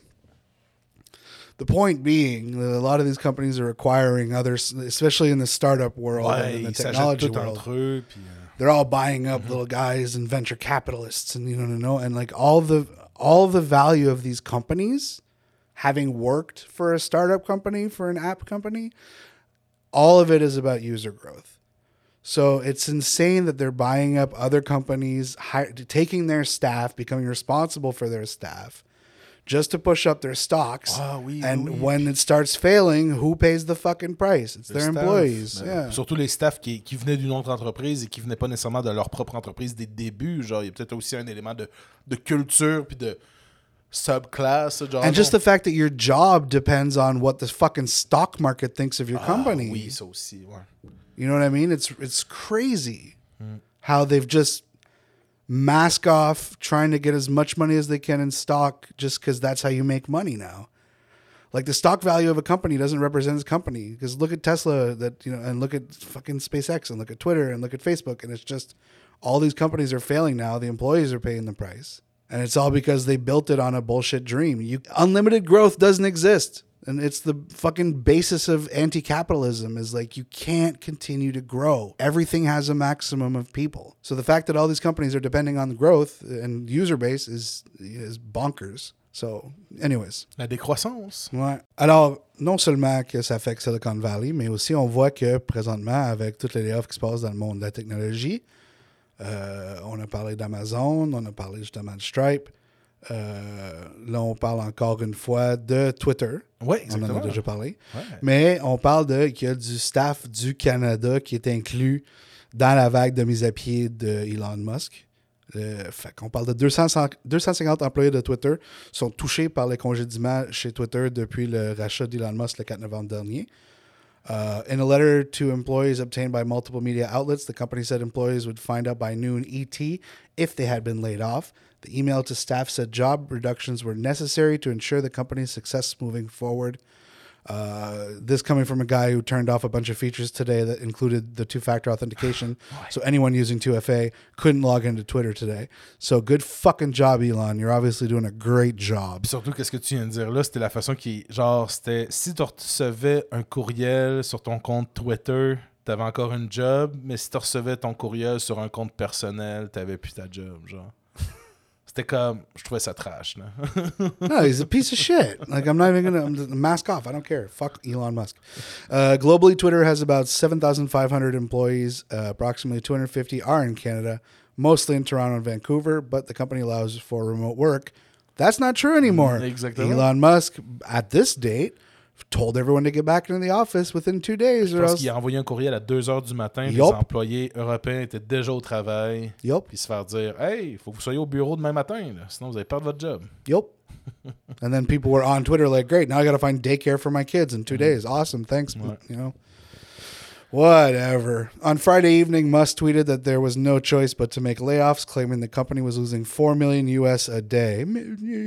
the point being, a lot of these companies are acquiring others, especially in the startup world and in the technology world. Eux, puis, They're all buying up little guys and venture capitalists, and and like all the value of these companies, having worked for a startup company, for an app company, all of it is about user growth. So it's insane that they're buying up other companies, taking their staff, becoming responsible for their staff, just to push up their stocks. When it starts failing, who pays the fucking price? It's their employees. Yeah. Surtout les staffs qui venaient d'une autre entreprise et qui venaient pas nécessairement de leur propre entreprise dès le début. Genre, il y a peut-être aussi un élément de culture puis de subclass. Genre, and just the fact that your job depends on what the fucking stock market thinks of your company. Oui, ça aussi, ouais. You know what I mean? It's crazy how they've just mask off trying to get as much money as they can in stock just because that's how you make money now. Like, the stock value of a company doesn't represent its company, because look at Tesla and look at fucking SpaceX and look at Twitter and look at Facebook, and it's just all these companies are failing now. The employees are paying the price. And it's all because they built it on a bullshit dream. Unlimited growth doesn't exist. And it's the fucking basis of anti-capitalism is like, you can't continue to grow. Everything has a maximum of people. So the fact that all these companies are depending on the growth and user base is bonkers. So, anyways. La décroissance. Ouais. Alors, non seulement que ça affecte Silicon Valley, mais aussi on voit que présentement, avec toutes les layoffs qui se passent dans le monde de la technologie, on a parlé d'Amazon, on a parlé justement de Stripe. Là, on parle encore une fois de Twitter. Oui, exactement. On en a déjà parlé. Ouais. Mais on parle qu'il y a du staff du Canada qui est inclus dans la vague de mise à pied de Elon Musk. Fait qu'on parle de 250 employés de Twitter sont touchés par les congédiements chez Twitter depuis le rachat d'Elon Musk le 4 novembre dernier. In a letter to employees obtained by multiple media outlets, the company said employees would find out by noon ET if they had been laid off. The email to staff said job reductions were necessary to ensure the company's success moving forward. This coming from a guy who turned off a bunch of features today that included the two-factor authentication. So anyone using 2FA couldn't log into Twitter today. So good fucking job, Elon. You're obviously doing a great job. Puis surtout, qu'est-ce que tu viens de dire là, c'était la façon qui, genre, c'était si tu recevais un courriel sur ton compte Twitter, t'avais encore une job, mais si tu recevais ton courriel sur un compte personnel, t'avais plus ta job, genre. C'était comme, je trouvais ça trash, là. No, he's a piece of shit. Like, I'm not even going to mask off. I don't care. Fuck Elon Musk. Globally, Twitter has about 7,500 employees. Approximately 250 are in Canada, mostly in Toronto and Vancouver, but the company allows for remote work. That's not true anymore. Exactly. Elon Musk, at this date, told everyone to get back into the office within 2 days. Je pense qu'il a envoyé un courriel à 2h du matin. Les employés européens étaient déjà au travail. Puis se faire dire, hey, il faut que vous soyez au bureau demain matin, là, sinon vous allez perdre votre job. And then people were on Twitter like, great, now I got to find daycare for my kids in 2 days. Awesome, thanks. Ouais. Whatever. On Friday evening, Musk tweeted that there was no choice but to make layoffs, claiming the company was losing $4 million US a day. 4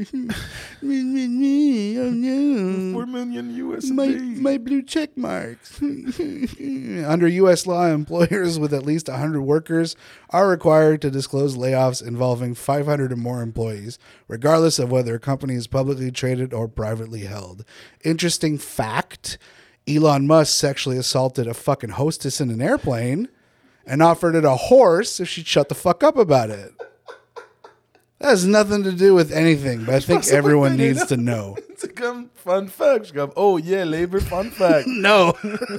million US a day. My blue check marks. Under U.S. law, employers with at least 100 workers are required to disclose layoffs involving 500 or more employees, regardless of whether a company is publicly traded or privately held. Interesting fact. Elon Musk sexually assaulted a fucking hostess in an airplane and offered it a horse if she'd shut the fuck up about it. That has nothing to do with anything, but I think everyone needs to know. C'est comme fun fact. Je suis comme, oh yeah, labor fun fact. No.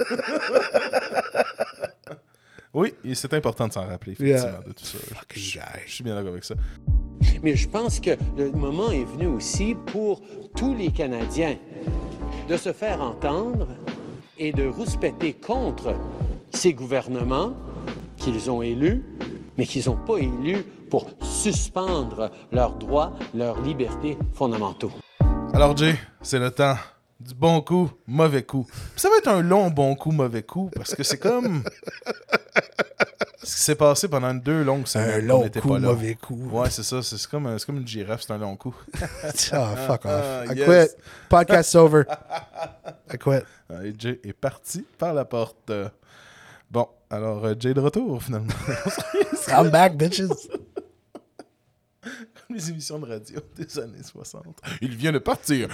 Oui, et c'est important de s'en rappeler, effectivement, de tout ça. Je suis bien d'accord avec ça. Mais je pense que le moment est venu aussi pour tous les Canadiens de se faire entendre et de rouspéter contre ces gouvernements qu'ils ont élus, mais qu'ils n'ont pas élus pour suspendre leurs droits, leurs libertés fondamentaux. Alors, Jay, c'est le temps du bon coup, mauvais coup. Puis ça va être un long bon coup, mauvais coup, parce que c'est comme ce qui s'est passé pendant 2 longues semaines. Un long coup, mauvais coup. Ouais, c'est ça. C'est comme une girafe, c'est un long coup. Fuck off. I quit. Podcast's over. I quit. Et Jay est parti par la porte. Bon, alors, Jay de retour, finalement. I'm back, bitches. Comme les émissions de radio des années 60. Il vient de partir.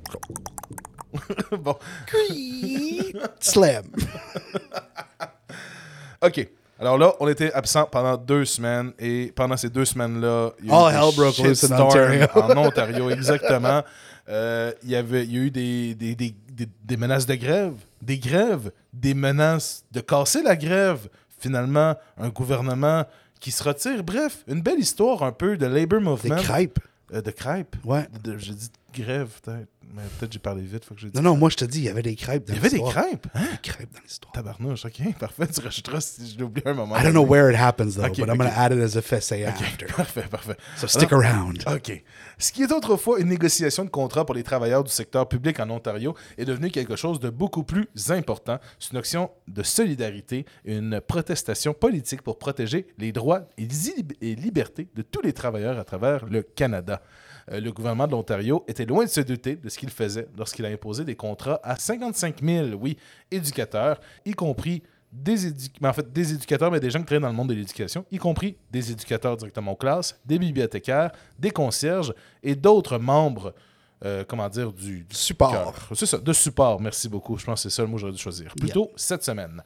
Bon. Slam. OK. Alors là, on était absent pendant 2 semaines et pendant ces 2 semaines-là, il y All a eu hell broke loose in Ontario. en Ontario, exactement. Il y a eu des menaces de grève, des grèves, des menaces de casser la grève. Finalement, un gouvernement qui se retire. Bref, une belle histoire un peu de labor movement. Des crêpes. De crêpes? Ouais. J'ai dit grève, peut-être. Mais peut-être j'ai parlé vite. Faut que j'ai dit Non, moi je te dis, il y avait des crêpes dans il y avait l'histoire. des crêpes? Hein? Des crêpes dans l'histoire. Tabarnouche, OK. Parfait. Tu rajouteras si je l'ai oublié un moment. I don't know where it happens, though, Okay, but I'm going to okay. add it as a fessay after. Parfait. So stick around. OK. Ce qui est autrefois une négociation de contrat pour les travailleurs du secteur public en Ontario est devenu quelque chose de beaucoup plus important. C'est une action de solidarité, une protestation politique pour protéger les droits et libertés de tous les travailleurs à travers le Canada. Le gouvernement de l'Ontario était loin de se douter de ce qu'il faisait lorsqu'il a imposé des contrats à 55 000, éducateurs, y compris des éducateurs, mais des gens qui travaillent dans le monde de l'éducation, y compris des éducateurs directement aux classes, des bibliothécaires, des concierges et d'autres membres, du Support. cœur. C'est ça, de support. Merci beaucoup. Je pense que c'est ça le mot que j'aurais dû choisir. Plutôt cette semaine.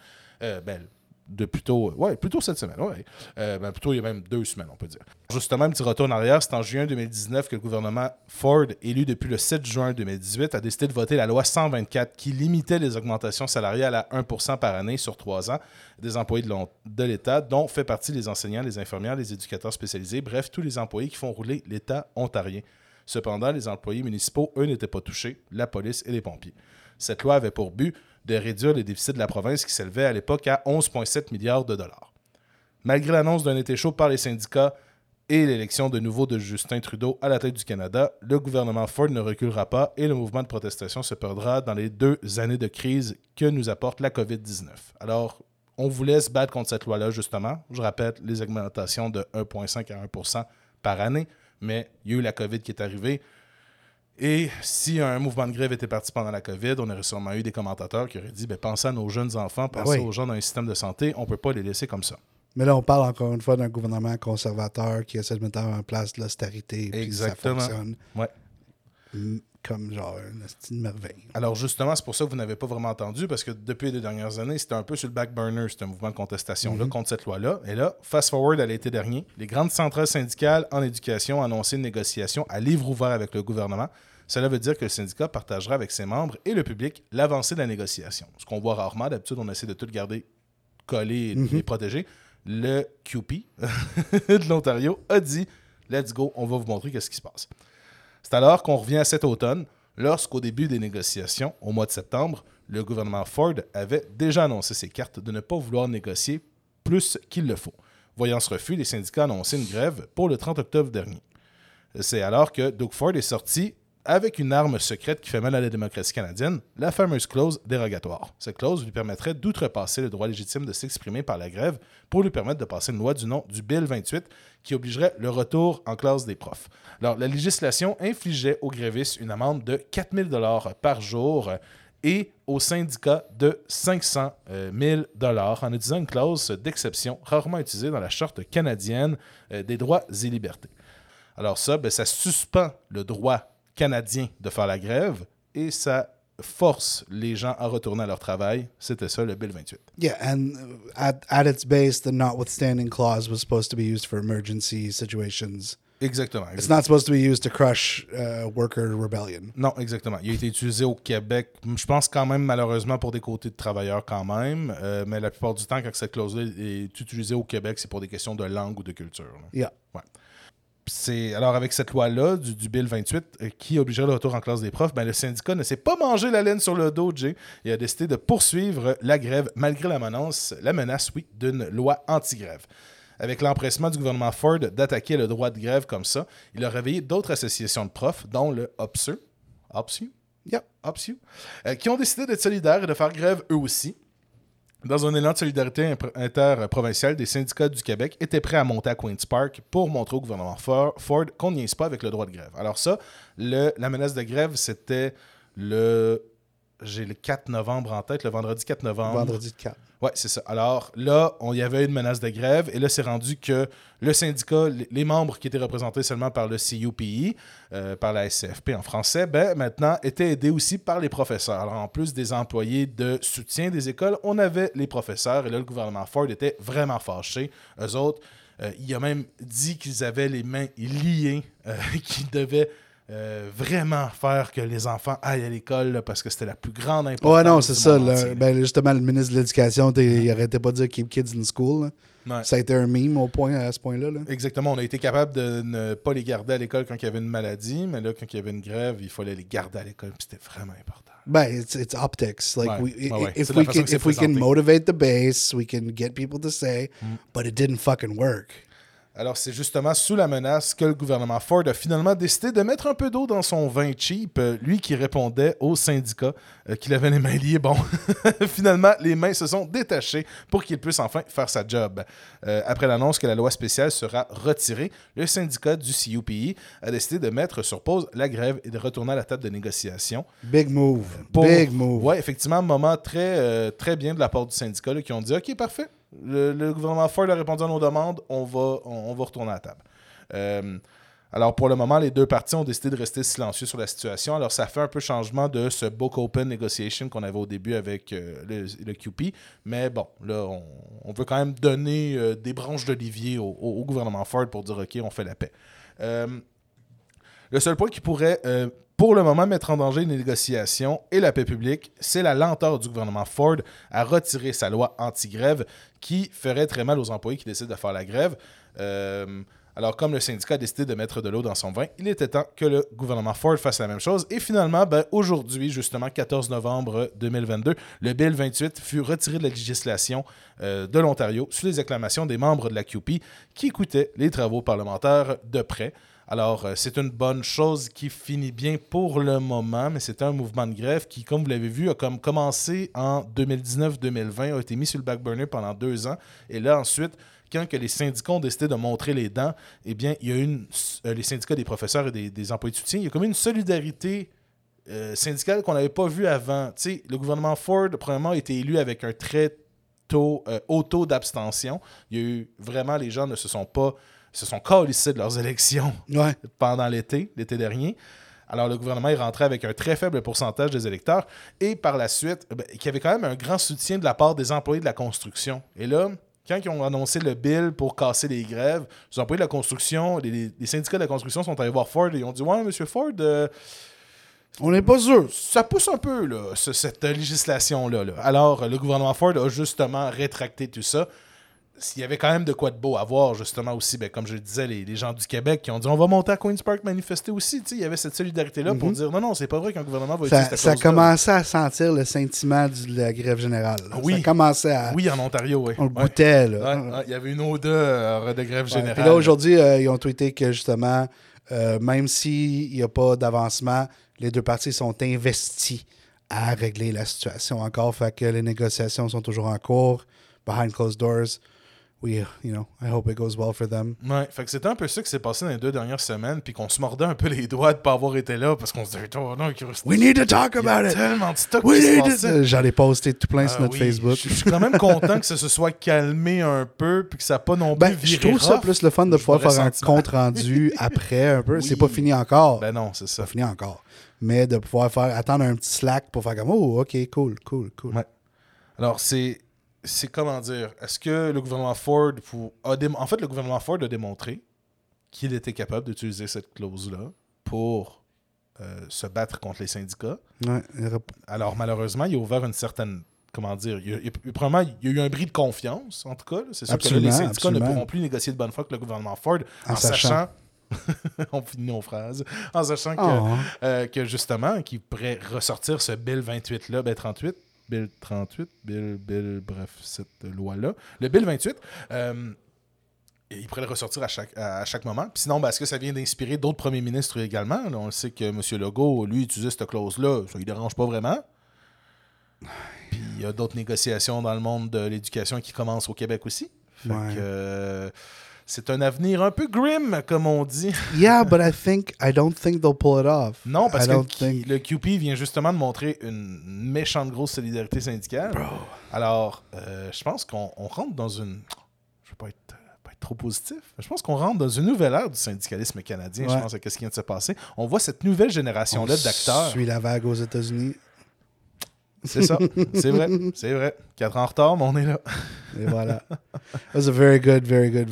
Plutôt cette semaine. Ouais. Plutôt il y a même 2 semaines, on peut dire. Justement, un petit retour en arrière, c'est en juin 2019 que le gouvernement Ford, élu depuis le 7 juin 2018, a décidé de voter la loi 124 qui limitait les augmentations salariales à 1% par année sur 3 ans des employés de l'État, dont fait partie les enseignants, les infirmières, les éducateurs spécialisés, bref, tous les employés qui font rouler l'État ontarien. Cependant, les employés municipaux, eux, n'étaient pas touchés, la police et les pompiers. Cette loi avait pour but de réduire les déficits de la province qui s'élevait à l'époque à 11,7 milliards de dollars. Malgré l'annonce d'un été chaud par les syndicats et l'élection de nouveau de Justin Trudeau à la tête du Canada, le gouvernement Ford ne reculera pas et le mouvement de protestation se perdra dans les 2 années de crise que nous apporte la COVID-19. Alors, on voulait se battre contre cette loi-là, justement. Je rappelle, les augmentations de 1,5 à 1% par année, mais il y a eu la COVID qui est arrivée. Et si un mouvement de grève était parti pendant la COVID, on aurait sûrement eu des commentateurs qui auraient dit pensez à nos jeunes enfants, pensez aux gens dans un système de santé, on ne peut pas les laisser comme ça. Mais là, on parle encore une fois d'un gouvernement conservateur qui essaie de mettre en place de l'austérité. Exactement. Puis ça fonctionne Ouais. comme genre une merveille. Alors justement, c'est pour ça que vous n'avez pas vraiment entendu, parce que depuis les 2 dernières années, c'était un peu sur le back burner, ce mouvement de contestation-là contre cette loi-là. Et là, fast forward à l'été dernier, les grandes centrales syndicales en éducation ont annoncé une négociation à livre ouvert avec le gouvernement. Cela veut dire que le syndicat partagera avec ses membres et le public l'avancée de la négociation. Ce qu'on voit rarement, d'habitude, on essaie de tout garder collé et protégé. Le QP de l'Ontario a dit « Let's go, on va vous montrer qu'est-ce qui se passe ». C'est alors qu'on revient à cet automne, lorsqu'au début des négociations, au mois de septembre, le gouvernement Ford avait déjà annoncé ses cartes de ne pas vouloir négocier plus qu'il le faut. Voyant ce refus, les syndicats ont annoncé une grève pour le 30 octobre dernier. C'est alors que Doug Ford est sorti avec une arme secrète qui fait mal à la démocratie canadienne, la fameuse clause dérogatoire. Cette clause lui permettrait d'outrepasser le droit légitime de s'exprimer par la grève pour lui permettre de passer une loi du nom du Bill 28 qui obligerait le retour en classe des profs. Alors, la législation infligeait aux grévistes une amende de 4 000 $ par jour et aux syndicats de 500 000 $ en utilisant une clause d'exception rarement utilisée dans la Charte canadienne des droits et libertés. Alors ça, ça suspend le droit canadien de faire la grève et ça force les gens à retourner à leur travail. C'était ça, le Bill 28. Yeah, and at its base, the notwithstanding clause was supposed to be used for emergency situations Exactement. It's not supposed to be used to crush worker rebellion. Non, exactement. Il a été utilisé au Québec, je pense quand même malheureusement pour des côtés de travailleurs quand même, mais la plupart du temps, quand cette clause-là est utilisée au Québec, c'est pour des questions de langue ou de culture. Là. Yeah. Ouais. Alors, avec cette loi-là, du Bill 28, qui obligerait le retour en classe des profs, le syndicat ne s'est pas mangé la laine sur le dos, Jay, et a décidé de poursuivre la grève, malgré la menace, d'une loi anti-grève. Avec l'empressement du gouvernement Ford d'attaquer le droit de grève comme ça, il a réveillé d'autres associations de profs, dont le OPSU, qui ont décidé d'être solidaires et de faire grève eux aussi. Dans un élan de solidarité interprovinciale, des syndicats du Québec étaient prêts à monter à Queen's Park pour montrer au gouvernement Ford qu'on n'y est pas avec le droit de grève. Alors ça, la menace de grève, c'était j'ai le 4 novembre en tête, le vendredi 4 novembre. Vendredi 4. Oui, c'est ça. Alors là, il y avait une menace de grève et là, c'est rendu que le syndicat, les membres qui étaient représentés seulement par le CUPE, par la SCFP en français, maintenant étaient aidés aussi par les professeurs. Alors en plus des employés de soutien des écoles, on avait les professeurs et là, le gouvernement Ford était vraiment fâché. Eux autres, il a même dit qu'ils avaient les mains liées, qu'ils devaient vraiment faire que les enfants aillent à l'école là, parce que c'était la plus grande importance. Ouais, non, c'est ça. Justement, le ministre de l'Éducation, il arrêtait pas de dire Keep Kids in School. Ouais. Ça a été un meme à ce point-là. Là. Exactement. On a été capable de ne pas les garder à l'école quand il y avait une maladie, mais là, quand il y avait une grève, il fallait les garder à l'école. Puis c'était vraiment important. It's optics. Like ouais. If we can motivate the base, we can get people to say, but it didn't fucking work. Alors, c'est justement sous la menace que le gouvernement Ford a finalement décidé de mettre un peu d'eau dans son vin cheap. Lui qui répondait aux syndicats qu'il avait les mains liées. Bon, finalement, les mains se sont détachées pour qu'il puisse enfin faire sa job. Après l'annonce que la loi spéciale sera retirée, le syndicat du CUPE a décidé de mettre sur pause la grève et de retourner à la table de négociation. Big move. Big move. Oui, effectivement, un moment très, très bien de la part du syndicat là, qui ont dit « OK, parfait. Le gouvernement Ford a répondu à nos demandes, on va retourner à la table. » Alors, pour le moment, les deux parties ont décidé de rester silencieux sur la situation. Alors, ça fait un peu changement de ce book open negotiation qu'on avait au début avec le QP. Mais bon, là, on veut quand même donner des branches d'olivier au gouvernement Ford pour dire « OK, on fait la paix. » Le seul point qui pourrait, pour le moment, mettre en danger les négociations et la paix publique, c'est la lenteur du gouvernement Ford à retirer sa loi anti-grève qui ferait très mal aux employés qui décident de faire la grève. Alors, comme le syndicat a décidé de mettre de l'eau dans son vin, il était temps que le gouvernement Ford fasse la même chose. Et finalement, aujourd'hui, justement, 14 novembre 2022, le Bill 28 fut retiré de la législation de l'Ontario sous les acclamations des membres de la QP qui écoutaient les travaux parlementaires de près. Alors, c'est une bonne chose qui finit bien pour le moment, mais c'était un mouvement de grève qui, comme vous l'avez vu, a commencé en 2019-2020, a été mis sur le back burner pendant 2 ans. Et là, ensuite, quand que les syndicats ont décidé de montrer les dents, eh bien, il y a eu les syndicats des professeurs et des employés de soutien, il y a comme une solidarité syndicale qu'on n'avait pas vue avant. Tu sais, le gouvernement Ford, premièrement, a été élu avec un très haut taux d'abstention. Il y a eu vraiment, les gens se sont calissés de leurs élections pendant l'été dernier. Alors, le gouvernement est rentré avec un très faible pourcentage des électeurs et par la suite, qu'il y avait quand même un grand soutien de la part des employés de la construction. Et là, quand ils ont annoncé le bill pour casser les grèves, les employés de la construction, les syndicats de la construction sont allés voir Ford et ils ont dit « Ouais, M. Ford, on n'est pas sûr. Ça pousse un peu, là, cette législation-là. Là. » Alors, le gouvernement Ford a justement rétracté tout ça. Il y avait quand même de quoi de beau à voir, justement, aussi, comme je le disais, les gens du Québec qui ont dit « On va monter à Queen's Park manifester aussi. » Il y avait cette solidarité-là pour dire « Non, c'est pas vrai qu'un gouvernement va utiliser cette chose-là. » Ça commençait à sentir le sentiment de la grève générale. Oui. Ça commençait à... Oui, en Ontario, oui. On le goûtait, là. Ouais, il y avait une odeur de grève générale. Puis là, aujourd'hui, ils ont tweeté que, justement, même s'il n'y a pas d'avancement, les deux parties sont investies à régler la situation encore. Fait que les négociations sont toujours en cours, behind closed doors. I hope it goes well for them. Ouais, fait que c'était un peu ça qui s'est passé dans les 2 dernières semaines, puis qu'on se mordait un peu les doigts de ne pas avoir été là, parce qu'on se disait, oh non, we need to talk about it! Tellement de stock qui se passait. J'en ai posté tout plein sur notre Facebook. Je suis quand même content que ça se soit calmé un peu, puis que ça n'a pas non plus viré. Je trouve ça plus le fun de pouvoir faire un compte-rendu après un peu. Oui. C'est pas fini encore. Ben non, c'est ça. C'est pas fini encore. Mais de pouvoir attendre un petit slack pour faire comme, oh, OK, cool. Ouais. Alors, c'est comment dire, est-ce que le gouvernement Ford le gouvernement Ford a démontré qu'il était capable d'utiliser cette clause-là pour se battre contre les syndicats. Ouais. Alors, malheureusement, il a ouvert une certaine... Comment dire? Probablement, il y a eu un bris de confiance, en tout cas. C'est sûr que là, les syndicats ne pourront plus négocier de bonne foi avec le gouvernement Ford en sachant... on finit nos phrases. En sachant que justement, qu'il pourrait ressortir ce Bill 28-là, Bill 38, bref, cette loi-là. Le Bill 28... il pourrait le ressortir à chaque moment. Puis sinon, est-ce que ça vient d'inspirer d'autres premiers ministres également? Là, on le sait que M. Legault, lui, utilisait cette clause-là. Ça ne lui dérange pas vraiment. Puis il y a d'autres négociations dans le monde de l'éducation qui commencent au Québec aussi. Fait que, c'est un avenir un peu grim, comme on dit. Yeah, but I don't think they'll pull it off. Non, parce que le QP vient justement de montrer une méchante grosse solidarité syndicale. Bro. Alors, je pense qu'on rentre dans une... Je ne veux pas être trop positif. Je pense qu'on rentre dans une nouvelle ère du syndicalisme canadien. Je pense à ce qui vient de se passer. On voit cette nouvelle génération-là d'acteurs. On suit la vague aux États-Unis. C'est ça. C'est vrai. C'est vrai. 4 ans en retard, mais on est là. Et voilà. It was a very good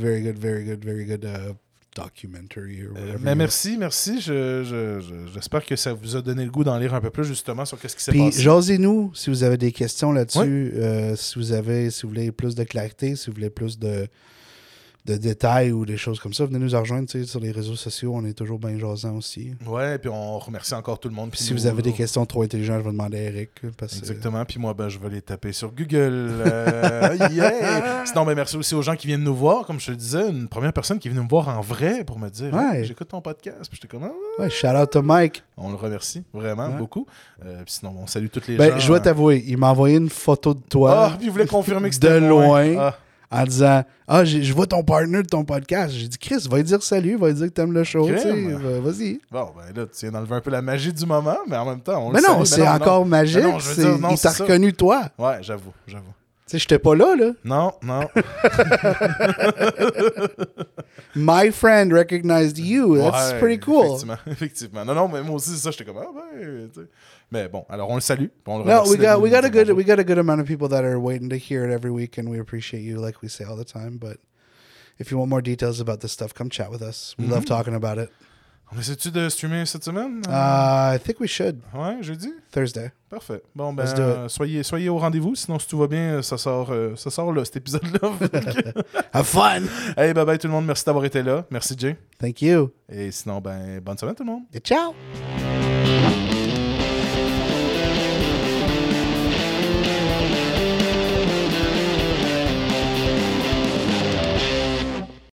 documentary or whatever. Mais merci. J'espère que ça vous a donné le goût d'en lire un peu plus justement sur ce qui s'est passé. Puis jasez-nous si vous avez des questions là-dessus. Si vous voulez plus de clarté, si vous voulez plus de détails ou des choses comme ça, venez nous rejoindre sur les réseaux sociaux. On est toujours bien jasants aussi. Ouais, puis on remercie encore tout le monde. Puis si vous avez des questions trop intelligentes, je vais demander à Eric. Exactement. Puis moi, je vais les taper sur Google. Yeah! Sinon, merci aussi aux gens qui viennent nous voir. Comme je te le disais, une première personne qui est venue me voir en vrai pour me dire j'écoute ton podcast. Puis j'étais comme shout out to Mike. On le remercie vraiment beaucoup. Puis sinon, on salue toutes les gens. Je dois t'avouer, il m'a envoyé une photo de toi. Puis il voulait confirmer que c'était de loin. En disant je vois ton partner de ton podcast. J'ai dit Chris, va lui dire salut, va lui dire que t'aimes le show. Vas-y. Bon, là, tu viens d'enlever un peu la magie du moment, mais en même temps, on mais le non, salue. C'est encore magique. Il t'a reconnu toi. Ouais, j'avoue. Tu sais, j'étais pas là. Non. My friend recognized you. That's pretty cool. Effectivement. Non, mais moi aussi, c'est ça. J'étais comme, mais bon, alors on le salue. On le we got a good amount of people that are waiting to hear it every week, and we appreciate you, like we say all the time. But if you want more details about this stuff, come chat with us. We love talking about it. On essaie-tu de streamer cette semaine? I think we should. Ouais, jeudi? Thursday. Parfait. Bon, soyez au rendez-vous. Sinon, si tout va bien, ça sort là, cet épisode-là. Have fun! Hey, bye tout le monde. Merci d'avoir été là. Merci, Jay. Thank you. Et sinon, bonne semaine tout le monde. Et ciao!